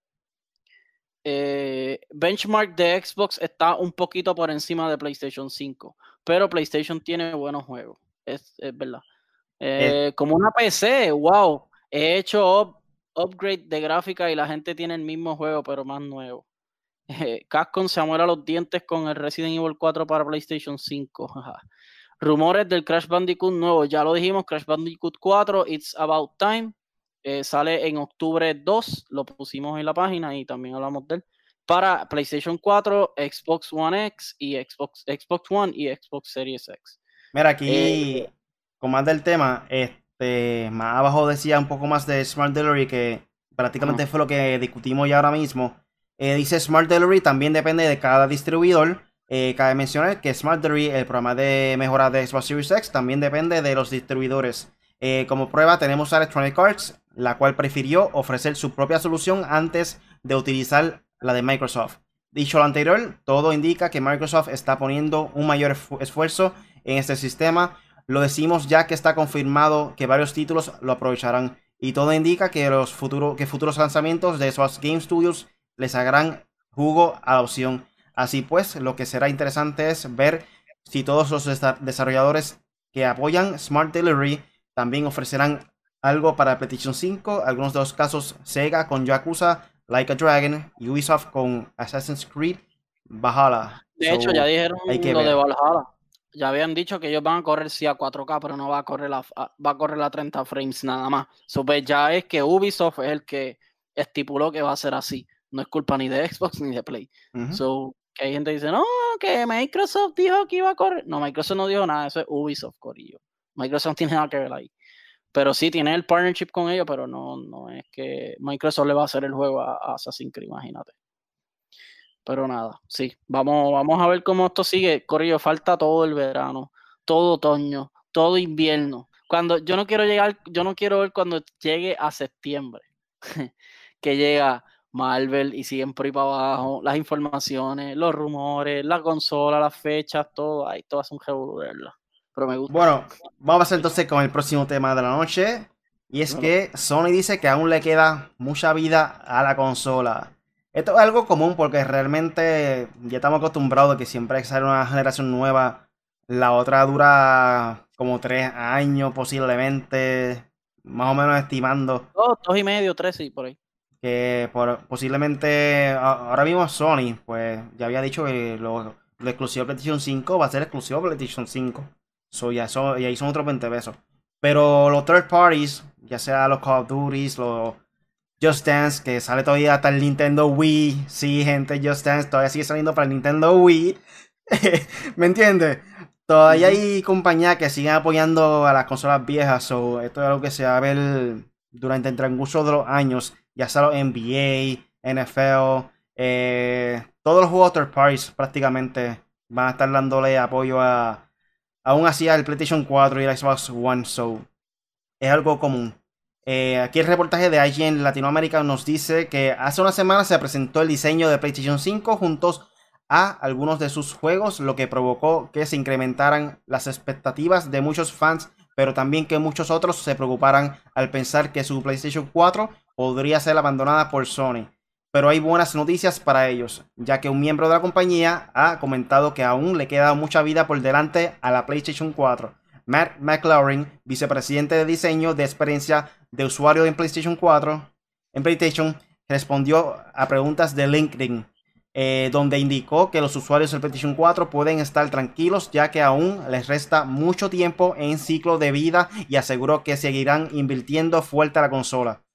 eh, benchmark de Xbox está un poquito por encima de PlayStation cinco, pero PlayStation tiene buenos juegos, es, es verdad. Eh, Eh, como una P C, wow, he hecho up, upgrade de gráfica y la gente tiene el mismo juego, pero más nuevo. Eh, Capcom se muera los dientes con el Resident Evil cuatro para PlayStation cinco. Rumores del Crash Bandicoot nuevo, ya lo dijimos, Crash Bandicoot cuatro, It's About Time, eh, sale en octubre dos, lo pusimos en la página y también hablamos de él, para PlayStation cuatro, Xbox One X y Xbox, Xbox One y Xbox Series X. Mira, Eh, aquí, con más del tema, este, más abajo decía un poco más de Smart Delivery, que prácticamente ajá. fue lo que discutimos ya ahora mismo. Eh, dice Smart Delivery también depende de cada distribuidor. Eh, cabe mencionar que Smart Delivery, el programa de mejora de Xbox Series X, también depende de los distribuidores. Eh, como prueba tenemos a Electronic Arts, la cual prefirió ofrecer su propia solución antes de utilizar la de Microsoft. Dicho lo anterior, todo indica que Microsoft está poniendo un mayor esfuerzo en este sistema. Lo decimos ya que está confirmado que varios títulos lo aprovecharán. Y todo indica que los futuro, que futuros lanzamientos de esos Game Studios les harán jugo a la opción. Así pues, lo que será interesante es ver si todos los desarrolladores que apoyan Smart Delivery también ofrecerán algo para PlayStation cinco. Algunos de los casos, Sega con Yakuza, Like a Dragon, Ubisoft con Assassin's Creed, Valhalla. De hecho, ya So, dijeron hay que lo de ver. Valhalla. Ya habían dicho que ellos van a correr sí a cuatro K, pero no va a correr a, va a correr a treinta frames nada más. So, pues ya es que Ubisoft es el que estipuló que va a ser así. No es culpa ni de Xbox ni de Play. Uh -huh. So, que hay gente que dice, no, que Microsoft dijo que iba a correr. No, Microsoft no dijo nada, eso es Ubisoft, corillo. Microsoft no tiene nada que ver ahí. Pero sí tiene el partnership con ellos, pero no, no es que Microsoft le va a hacer el juego a, a Assassin's Creed, imagínate. Pero nada, sí, vamos, vamos a ver cómo esto sigue. Corillo, falta todo el verano, todo otoño, todo invierno. Cuando yo no quiero llegar, yo no quiero ver cuando llegue a septiembre, que llega Marvel y siguen por ahí para abajo, las informaciones, los rumores, la consola, las fechas, todo, ahí todo es un revolú, ¿verdad? Pero me gusta. Bueno, vamos a pasar entonces con el próximo tema de la noche. Y es que Sony dice que aún le queda mucha vida a la consola. Esto es algo común porque realmente ya estamos acostumbrados a que siempre sale una generación nueva. La otra dura como tres años posiblemente. Más o menos estimando. Dos, dos y medio, tres, sí, por ahí. Que por, posiblemente ahora mismo Sony pues ya había dicho que lo, lo exclusivo de PlayStation cinco va a ser exclusivo de PlayStation cinco. So, ya son, y ahí son otros veinte pesos. Pero los third parties, ya sea los Call of Duty, los Just Dance, que sale todavía hasta el Nintendo Wii. Sí, gente, Just Dance todavía sigue saliendo para el Nintendo Wii. ¿Me entiendes? Todavía uh-huh. hay compañías que siguen apoyando a las consolas viejas. So, esto es algo que se va a ver durante el transcurso de los años. Ya sea los N B A, N F L, eh, todos los juegos third parties prácticamente van a estar dándole apoyo a, aún así al PlayStation cuatro y el Xbox One. So, es algo común. Eh, aquí el reportaje de I G N Latinoamérica nos dice que hace una semana se presentó el diseño de PlayStation cinco juntos a algunos de sus juegos, lo que provocó que se incrementaran las expectativas de muchos fans, pero también que muchos otros se preocuparan al pensar que su PlayStation cuatro podría ser abandonada por Sony. Pero hay buenas noticias para ellos, ya que un miembro de la compañía ha comentado que aún le queda mucha vida por delante a la PlayStation cuatro. Matt McLaurin, vicepresidente de diseño de experiencia de usuario en PlayStation cuatro, en PlayStation respondió a preguntas de LinkedIn, eh, donde indicó que los usuarios del PlayStation cuatro pueden estar tranquilos ya que aún les resta mucho tiempo en ciclo de vida y aseguró que seguirán invirtiendo fuerte a la consola.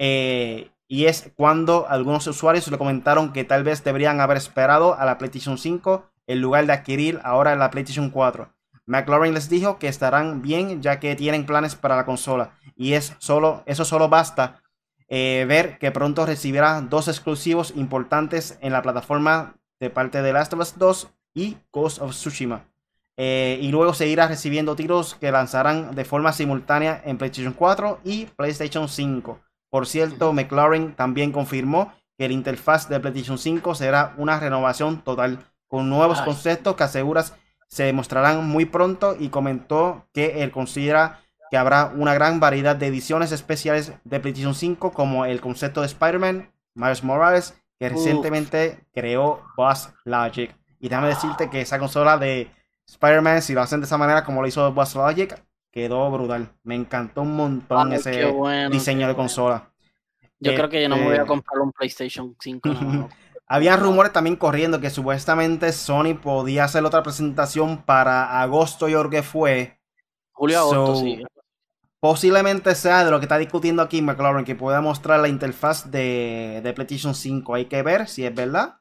Eh, y es cuando algunos usuarios le comentaron que tal vez deberían haber esperado a la PlayStation cinco en lugar de adquirir ahora la PlayStation cuatro. McLaren les dijo que estarán bien ya que tienen planes para la consola y es solo, eso solo basta eh, ver que pronto recibirá dos exclusivos importantes en la plataforma de parte de Last of Us dos y Ghost of Tsushima. Eh, y luego seguirá recibiendo títulos que lanzarán de forma simultánea en PlayStation cuatro y PlayStation cinco. Por cierto, McLaren también confirmó que la interfaz de PlayStation cinco será una renovación total con nuevos Ay, conceptos que aseguras se mostrarán muy pronto y comentó que él considera que habrá una gran variedad de ediciones especiales de PlayStation cinco como el concepto de Spider-Man, Miles Morales, que uf. recientemente creó Boss Logic. Y déjame decirte que esa consola de Spider-Man, si lo hacen de esa manera como lo hizo Boss Logic, quedó brutal. Me encantó un montón Ay, qué ese bueno, qué diseño de bueno. consola. Yo creo que yo no me voy a Este... comprar un PlayStation cinco, no, no. Había No. rumores también corriendo que supuestamente Sony podía hacer otra presentación para agosto, yo creo que fue. Julio, agosto, sí. So, posiblemente sea de lo que está discutiendo aquí McLaren, que pueda mostrar la interfaz de, de PlayStation cinco. Hay que ver si es verdad,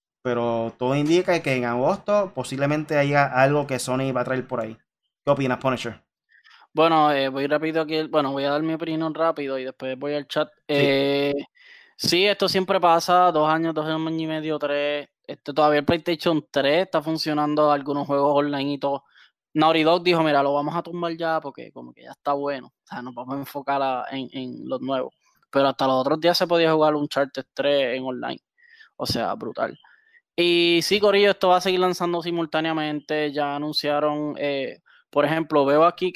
pero todo indica que en agosto posiblemente haya algo que Sony va a traer por ahí. ¿Qué opinas, Punisher? Bueno, eh, voy rápido aquí. Bueno, voy a dar mi opinión rápido y después voy al chat. Sí. Eh, sí, esto siempre pasa, dos años, dos años y medio, tres. Este, todavía el PlayStation tres está funcionando, algunos juegos online y todo. Naughty Dog dijo, mira, lo vamos a tumbar ya porque como que ya está bueno. O sea, nos vamos a enfocar a- en, en los nuevos. Pero hasta los otros días se podía jugar un Uncharted tres en online. O sea, brutal. Y sí, Corillo, esto va a seguir lanzando simultáneamente. Ya anunciaron, eh, por ejemplo, veo aquí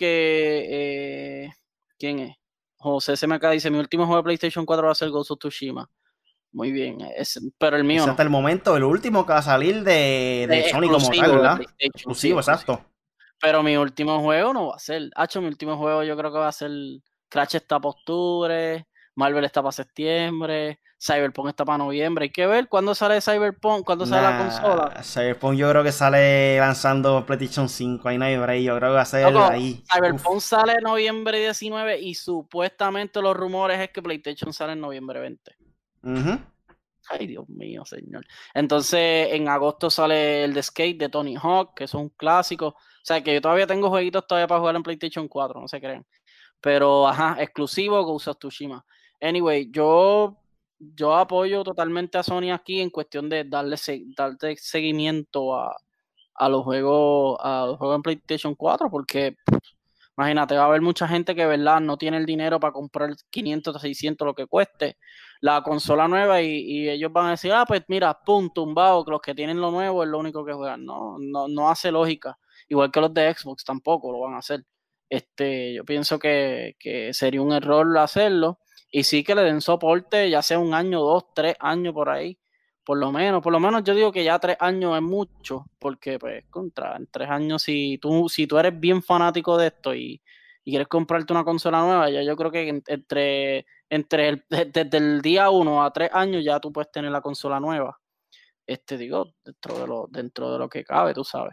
que. eh, ¿quién es? José se me acaba dice: mi último juego de PlayStation cuatro va a ser Ghost of Tsushima. Muy bien, es, pero el mío Es no. hasta el momento el último que va a salir de, de Es Sony como tal, exclusivo de ¿verdad? PlayStation, sí, Exclusivo, exclusivo. exacto. Pero mi último juego no va a ser. Hacho, mi último juego yo creo que va a ser Crash está para octubre, Marvel está para septiembre, Cyberpunk está para noviembre. Hay que ver cuándo sale Cyberpunk, cuándo sale la consola. Nah, Cyberpunk yo creo que sale lanzando PlayStation cinco, ahí no hay break, yo creo que va a ser Loco, ahí. Uf. Cyberpunk sale en noviembre diecinueve y supuestamente los rumores es que PlayStation sale en noviembre veinte. Ujú. Ay, Dios mío, señor. Entonces, en agosto sale el de Skate de Tony Hawk, que es un clásico. O sea, que yo todavía tengo jueguitos todavía para jugar en PlayStation cuatro, no se crean. Pero, ajá, exclusivo Ghost of Tsushima. Anyway, yo, yo apoyo totalmente a Sony aquí en cuestión de darle, se- darle seguimiento a, a los juegos, a los juegos en PlayStation cuatro, porque imagínate, va a haber mucha gente que, ¿verdad?, no tiene el dinero para comprar quinientos, seiscientos, lo que cueste la consola nueva y, y ellos van a decir, ah, pues mira, pum, tumbado, que los que tienen lo nuevo es lo único que juegan. No, no, no hace lógica. Igual que los de Xbox tampoco lo van a hacer. Este, yo pienso que, que sería un error hacerlo y sí que le den soporte, ya sea un año, dos, tres años por ahí, por lo menos, por lo menos yo digo que ya tres años es mucho, porque pues contra, en tres años si tú, si tú eres bien fanático de esto y, y quieres comprarte una consola nueva, ya yo creo que en- entre, entre el, desde el día uno a tres años ya tú puedes tener la consola nueva. Este digo, dentro de lo, dentro de lo que cabe, tú sabes.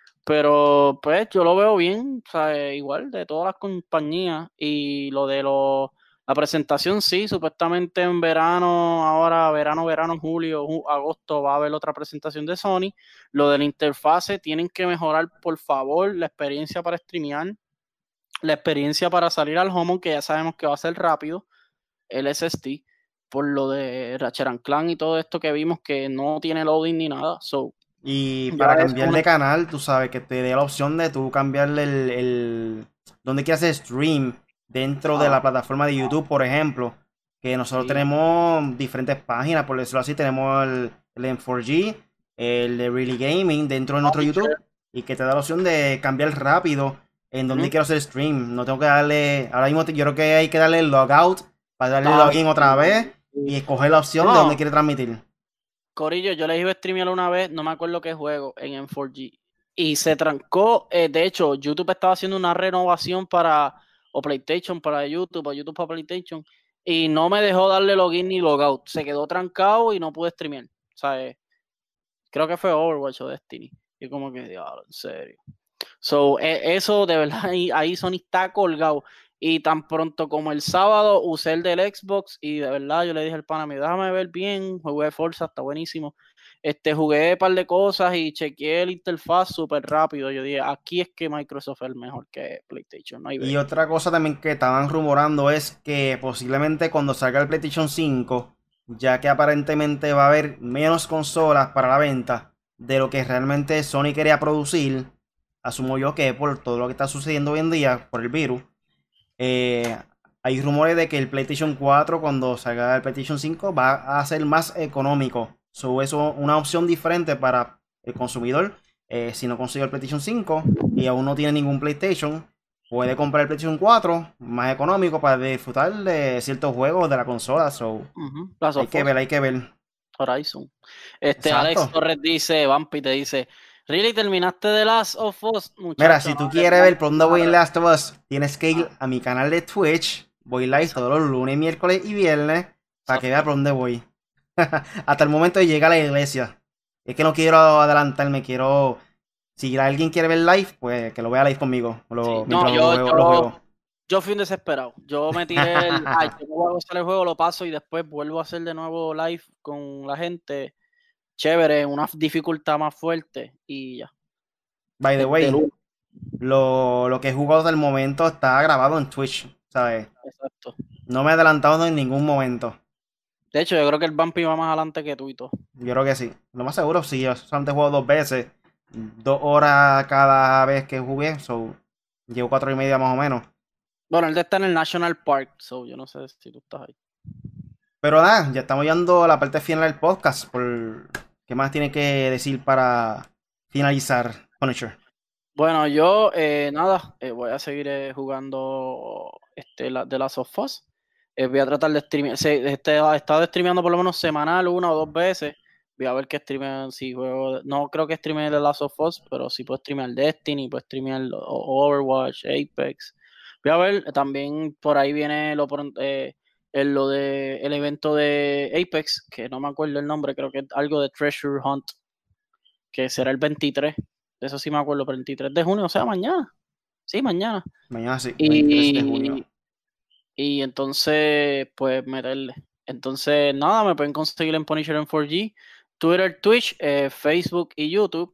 Pero pues yo lo veo bien, o sea, igual de todas las compañías y lo de lo, la presentación sí, supuestamente en verano, ahora verano, verano, julio, ju- agosto va a haber otra presentación de Sony. Lo de la interfase tienen que mejorar, por favor, la experiencia para streamear, la experiencia para salir al home, que ya sabemos que va a ser rápido, el S S D, por lo de Ratchet and Clank y todo esto que vimos que no tiene loading ni nada. So, Y ya para eso es cambiar una. de canal, tú sabes que te dé la opción de tú cambiarle el, el donde quieras hacer stream dentro de Ah, la plataforma de YouTube, por ejemplo. Que nosotros sí. tenemos diferentes páginas, por decirlo así. Tenemos el, el M cuatro G, el de Really Gaming dentro de nuestro YouTube. Y que te da la opción de cambiar rápido en donde Ujú. quiero hacer stream. No tengo que darle. Ahora mismo te- yo creo que hay que darle logout para darle Ay, login otra sí, vez sí. y escoger la opción de donde No, quiere transmitir. Corillo, yo les iba a streamear una vez, no me acuerdo qué juego, en M cuatro G. Y se trancó, eh, de hecho, YouTube estaba haciendo una renovación para, o PlayStation para YouTube, o YouTube para PlayStation. y no me dejó darle login ni logout. Se quedó trancado y no pude streamear. O sea, eh, creo que fue Overwatch o Destiny. Y como que, diablo, en serio. So, eh, eso de verdad, ahí, ahí Sony está colgado. Y tan pronto como el sábado usé el del Xbox y de verdad yo le dije al pana mío, déjame ver bien, jugué Forza, está buenísimo. Este, jugué un par de cosas y chequeé el interfaz súper rápido. Yo dije, aquí es que Microsoft es el mejor que PlayStation, no hay Y break. otra cosa también que estaban rumorando es que posiblemente cuando salga el PlayStation cinco, ya que aparentemente va a haber menos consolas para la venta de lo que realmente Sony quería producir, asumo yo que por todo lo que está sucediendo hoy en día, por el virus, eh, hay rumores de que el PlayStation cuatro cuando salga el PlayStation cinco va a ser más económico. So, eso es una opción diferente para el consumidor. Eh, si no consigue el PlayStation cinco y aún no tiene ningún PlayStation, puede comprar el PlayStation cuatro más económico para disfrutar de ciertos juegos de la consola. So, Uh-huh. Last hay of que Us, ver, hay que ver. Horizon. Este, Alex Exacto. Torres dice, Vampi te dice, ¿really terminaste de Last of Us? Mira, Muchacho, si no, tú de quieres verdad, ver por dónde voy en Last of Us, tienes que ir ah, a mi canal de Twitch. Voy live exacto, todos los lunes, miércoles y viernes para que veas exacto. por dónde voy. Hasta el momento de llegar a la iglesia. Es que no quiero adelantarme, quiero. Si alguien quiere ver live, pues que lo vea live conmigo. Sí, Lo, no, mientras lo yo, juego, lo yo, juego. yo fui un desesperado. Yo me tiré el, ay, yo no voy a gozar el juego, lo paso y después vuelvo a hacer de nuevo live con la gente. Chévere, una dificultad más fuerte y ya. By the Desde el way, uno. lo, lo que he jugado hasta el momento está grabado en Twitch, ¿sabes? Exacto. No me he adelantado en ningún momento. De hecho, yo creo que el Bumpy va más adelante que tú y todo. Yo creo que sí. Lo más seguro, sí. Yo solamente juego dos veces. Dos horas cada vez que jugué. So, llevo cuatro y media más o menos. Bueno, él de está en el National Park, so yo no sé si tú estás ahí. Pero nada, ya estamos llegando a la parte final del podcast. Por... ¿Qué más tiene que decir para finalizar, Punisher? Bueno, yo, eh, nada, eh, voy a seguir eh, jugando este, la, de Last of Us. Eh, voy a tratar de streamear. Se, este, he estado streameando por lo menos semanal, una o dos veces. Voy a ver qué streamean, si juego. No creo que streamee de Last of Us, pero sí puedo streamear Destiny, puedo streamear o- Overwatch, Apex. Voy a ver, también por ahí viene lo, pron- eh, el, lo de, el evento de Apex, que no me acuerdo el nombre, creo que es algo de Treasure Hunt, que será el veintitrés. De eso sí me acuerdo, veintitrés de junio, o sea, mañana. Sí, mañana. Mañana sí, veintitrés de junio. Y, y entonces, pues meterle. Entonces, nada, me pueden conseguir en Punisher en cuatro G, Twitter, Twitch, eh, Facebook y YouTube.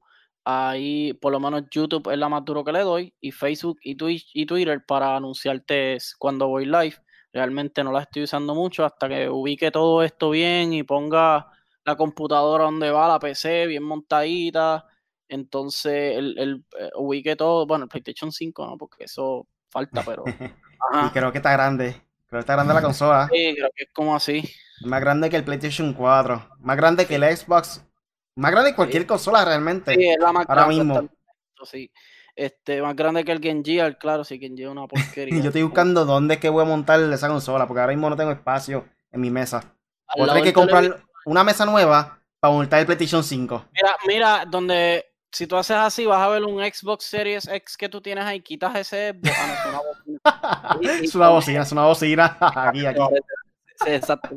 Ahí, por lo menos, YouTube es la más duro que le doy. Y Facebook y Twitch y Twitter para anunciarte cuando voy live. Realmente no la estoy usando mucho hasta que ubique todo esto bien y ponga la computadora donde va, la P C bien montadita. Entonces, el, el eh, ubique todo. Bueno, el PlayStation cinco, ¿no? Porque eso falta, pero. Y Ajá. creo que está grande. Creo que está grande la consola. Sí, creo que es como así. Es más grande que el PlayStation cuatro. Más grande que Sí, el Xbox. Más grande que sí. cualquier consola Sí, realmente. es la más Ahora grande hasta el mismo. momento, sí. Este, más grande que el Game Gear, claro, sí, Game Gear es una Yo porquería. estoy Como buscando dónde es que voy a montar esa consola. Porque ahora mismo no tengo espacio en mi mesa. al Voy a lado tener que del televisor. comprar una mesa nueva para montar el PlayStation cinco. Mira, mira, donde si tú haces así, vas a ver un Xbox Series X que tú tienes ahí, quitas ese Xbox, ah, no, es una bocina. Y, y Es una pones, bocina, es una bocina. Aquí, aquí. sí, exacto.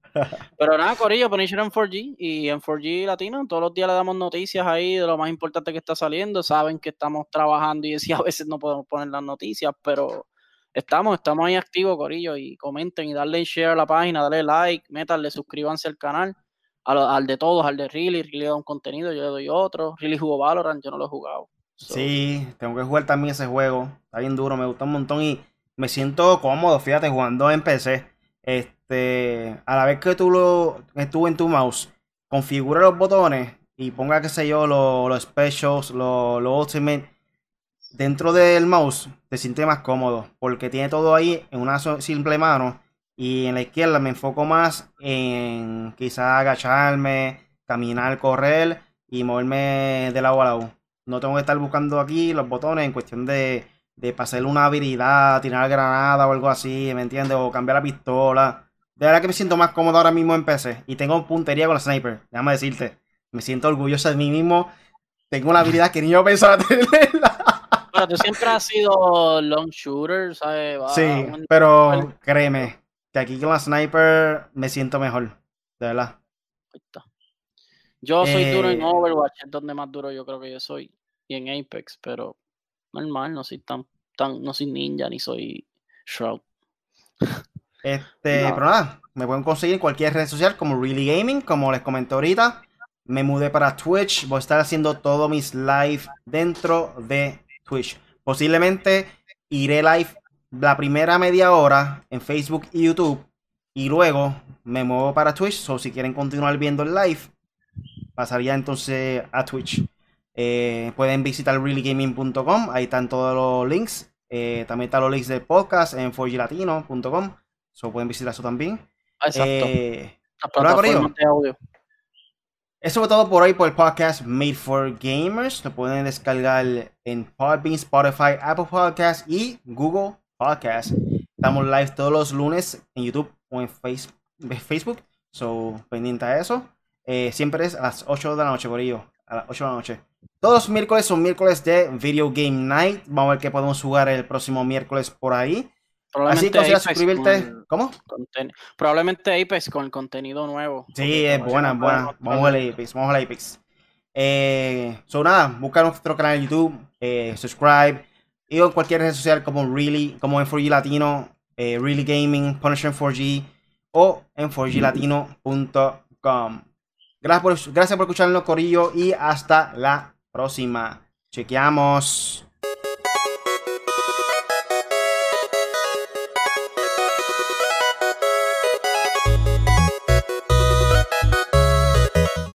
Pero nada, Corillo, Punisher en cuatro G y en cuatro G Latino, todos los días le damos noticias ahí de lo más importante que está saliendo. Saben que estamos trabajando y sí, a veces no podemos poner las noticias, pero estamos, estamos ahí activos, Corillo, y comenten y darle share a la página, darle like, métanle, suscríbanse al canal, al, al de todos, al de Really, Really da un contenido, yo le doy otro. Really jugó Valorant, yo no lo he jugado. So, Sí, tengo que jugar también ese juego. Está bien duro, me gusta un montón y me siento cómodo, fíjate, jugando en P C. Este, a la vez que tú lo estuve en tu mouse, configura los botones y ponga, qué sé yo, los, los specials, los, los ultimate dentro del mouse, te sientes más cómodo porque tiene todo ahí en una so- simple mano y en la izquierda me enfoco más en quizás agacharme, caminar, correr y moverme de lado a lado. No tengo que estar buscando aquí los botones en cuestión de, de pasarle una habilidad, tirar granada o algo así, ¿me entiendes? O cambiar la pistola. De verdad que me siento más cómodo ahora mismo en P C y tengo puntería con la sniper, déjame decirte. Me siento orgulloso de mí mismo. Tengo una habilidad que ni yo pensaba tenerla. pero tú siempre has sido long shooter, ¿sabes? Va a Sí, un- pero créeme, que aquí con la Sniper me siento mejor, de verdad. Ahí está. Yo soy duro en Eh, Overwatch, es donde más duro yo creo que yo soy. Y en Apex, pero normal, no soy tan, tan, no soy ninja ni soy Shroud. Este, No. pero nada, me pueden conseguir en cualquier red social como Really Gaming, como les comenté ahorita. Me mudé para Twitch, voy a estar haciendo todos mis live dentro de Twitch. Posiblemente iré live la primera media hora en Facebook y YouTube y luego me muevo para Twitch. O si quieren continuar viendo el live, pasaría entonces a Twitch. Eh, pueden visitar really gaming punto com, ahí están todos los links. Eh, también están los links del podcast en four g latino punto com. So pueden visitar eso también. Exacto. Eh, Las pero nada, plataformas Corillo, de audio. eso fue todo por hoy por el podcast Made for Gamers. Lo pueden descargar en Podbean, Spotify, Apple Podcasts y Google Podcasts. Estamos live todos los lunes en YouTube o en face- Facebook. So, pendiente a eso. Eh, siempre es a las ocho de la noche, Corillo. A las ocho de la noche. Todos los miércoles son miércoles de Video Game Night. Vamos a ver qué podemos jugar el próximo miércoles por ahí. Así que considera suscribirte. Con ¿Cómo? conten- Probablemente Apex con el contenido nuevo. Sí, es buena, buena. Vamos al Apex, vamos al Apex. Eh, so nada, busca nuestro canal de YouTube, eh, subscribe, y en cualquier red social como Really, como en four G Latino, eh, Really Gaming, Punisher en four G o en four g latino punto com. Gracias por, gracias por escucharnos, Corillo, y hasta la próxima. Chequeamos.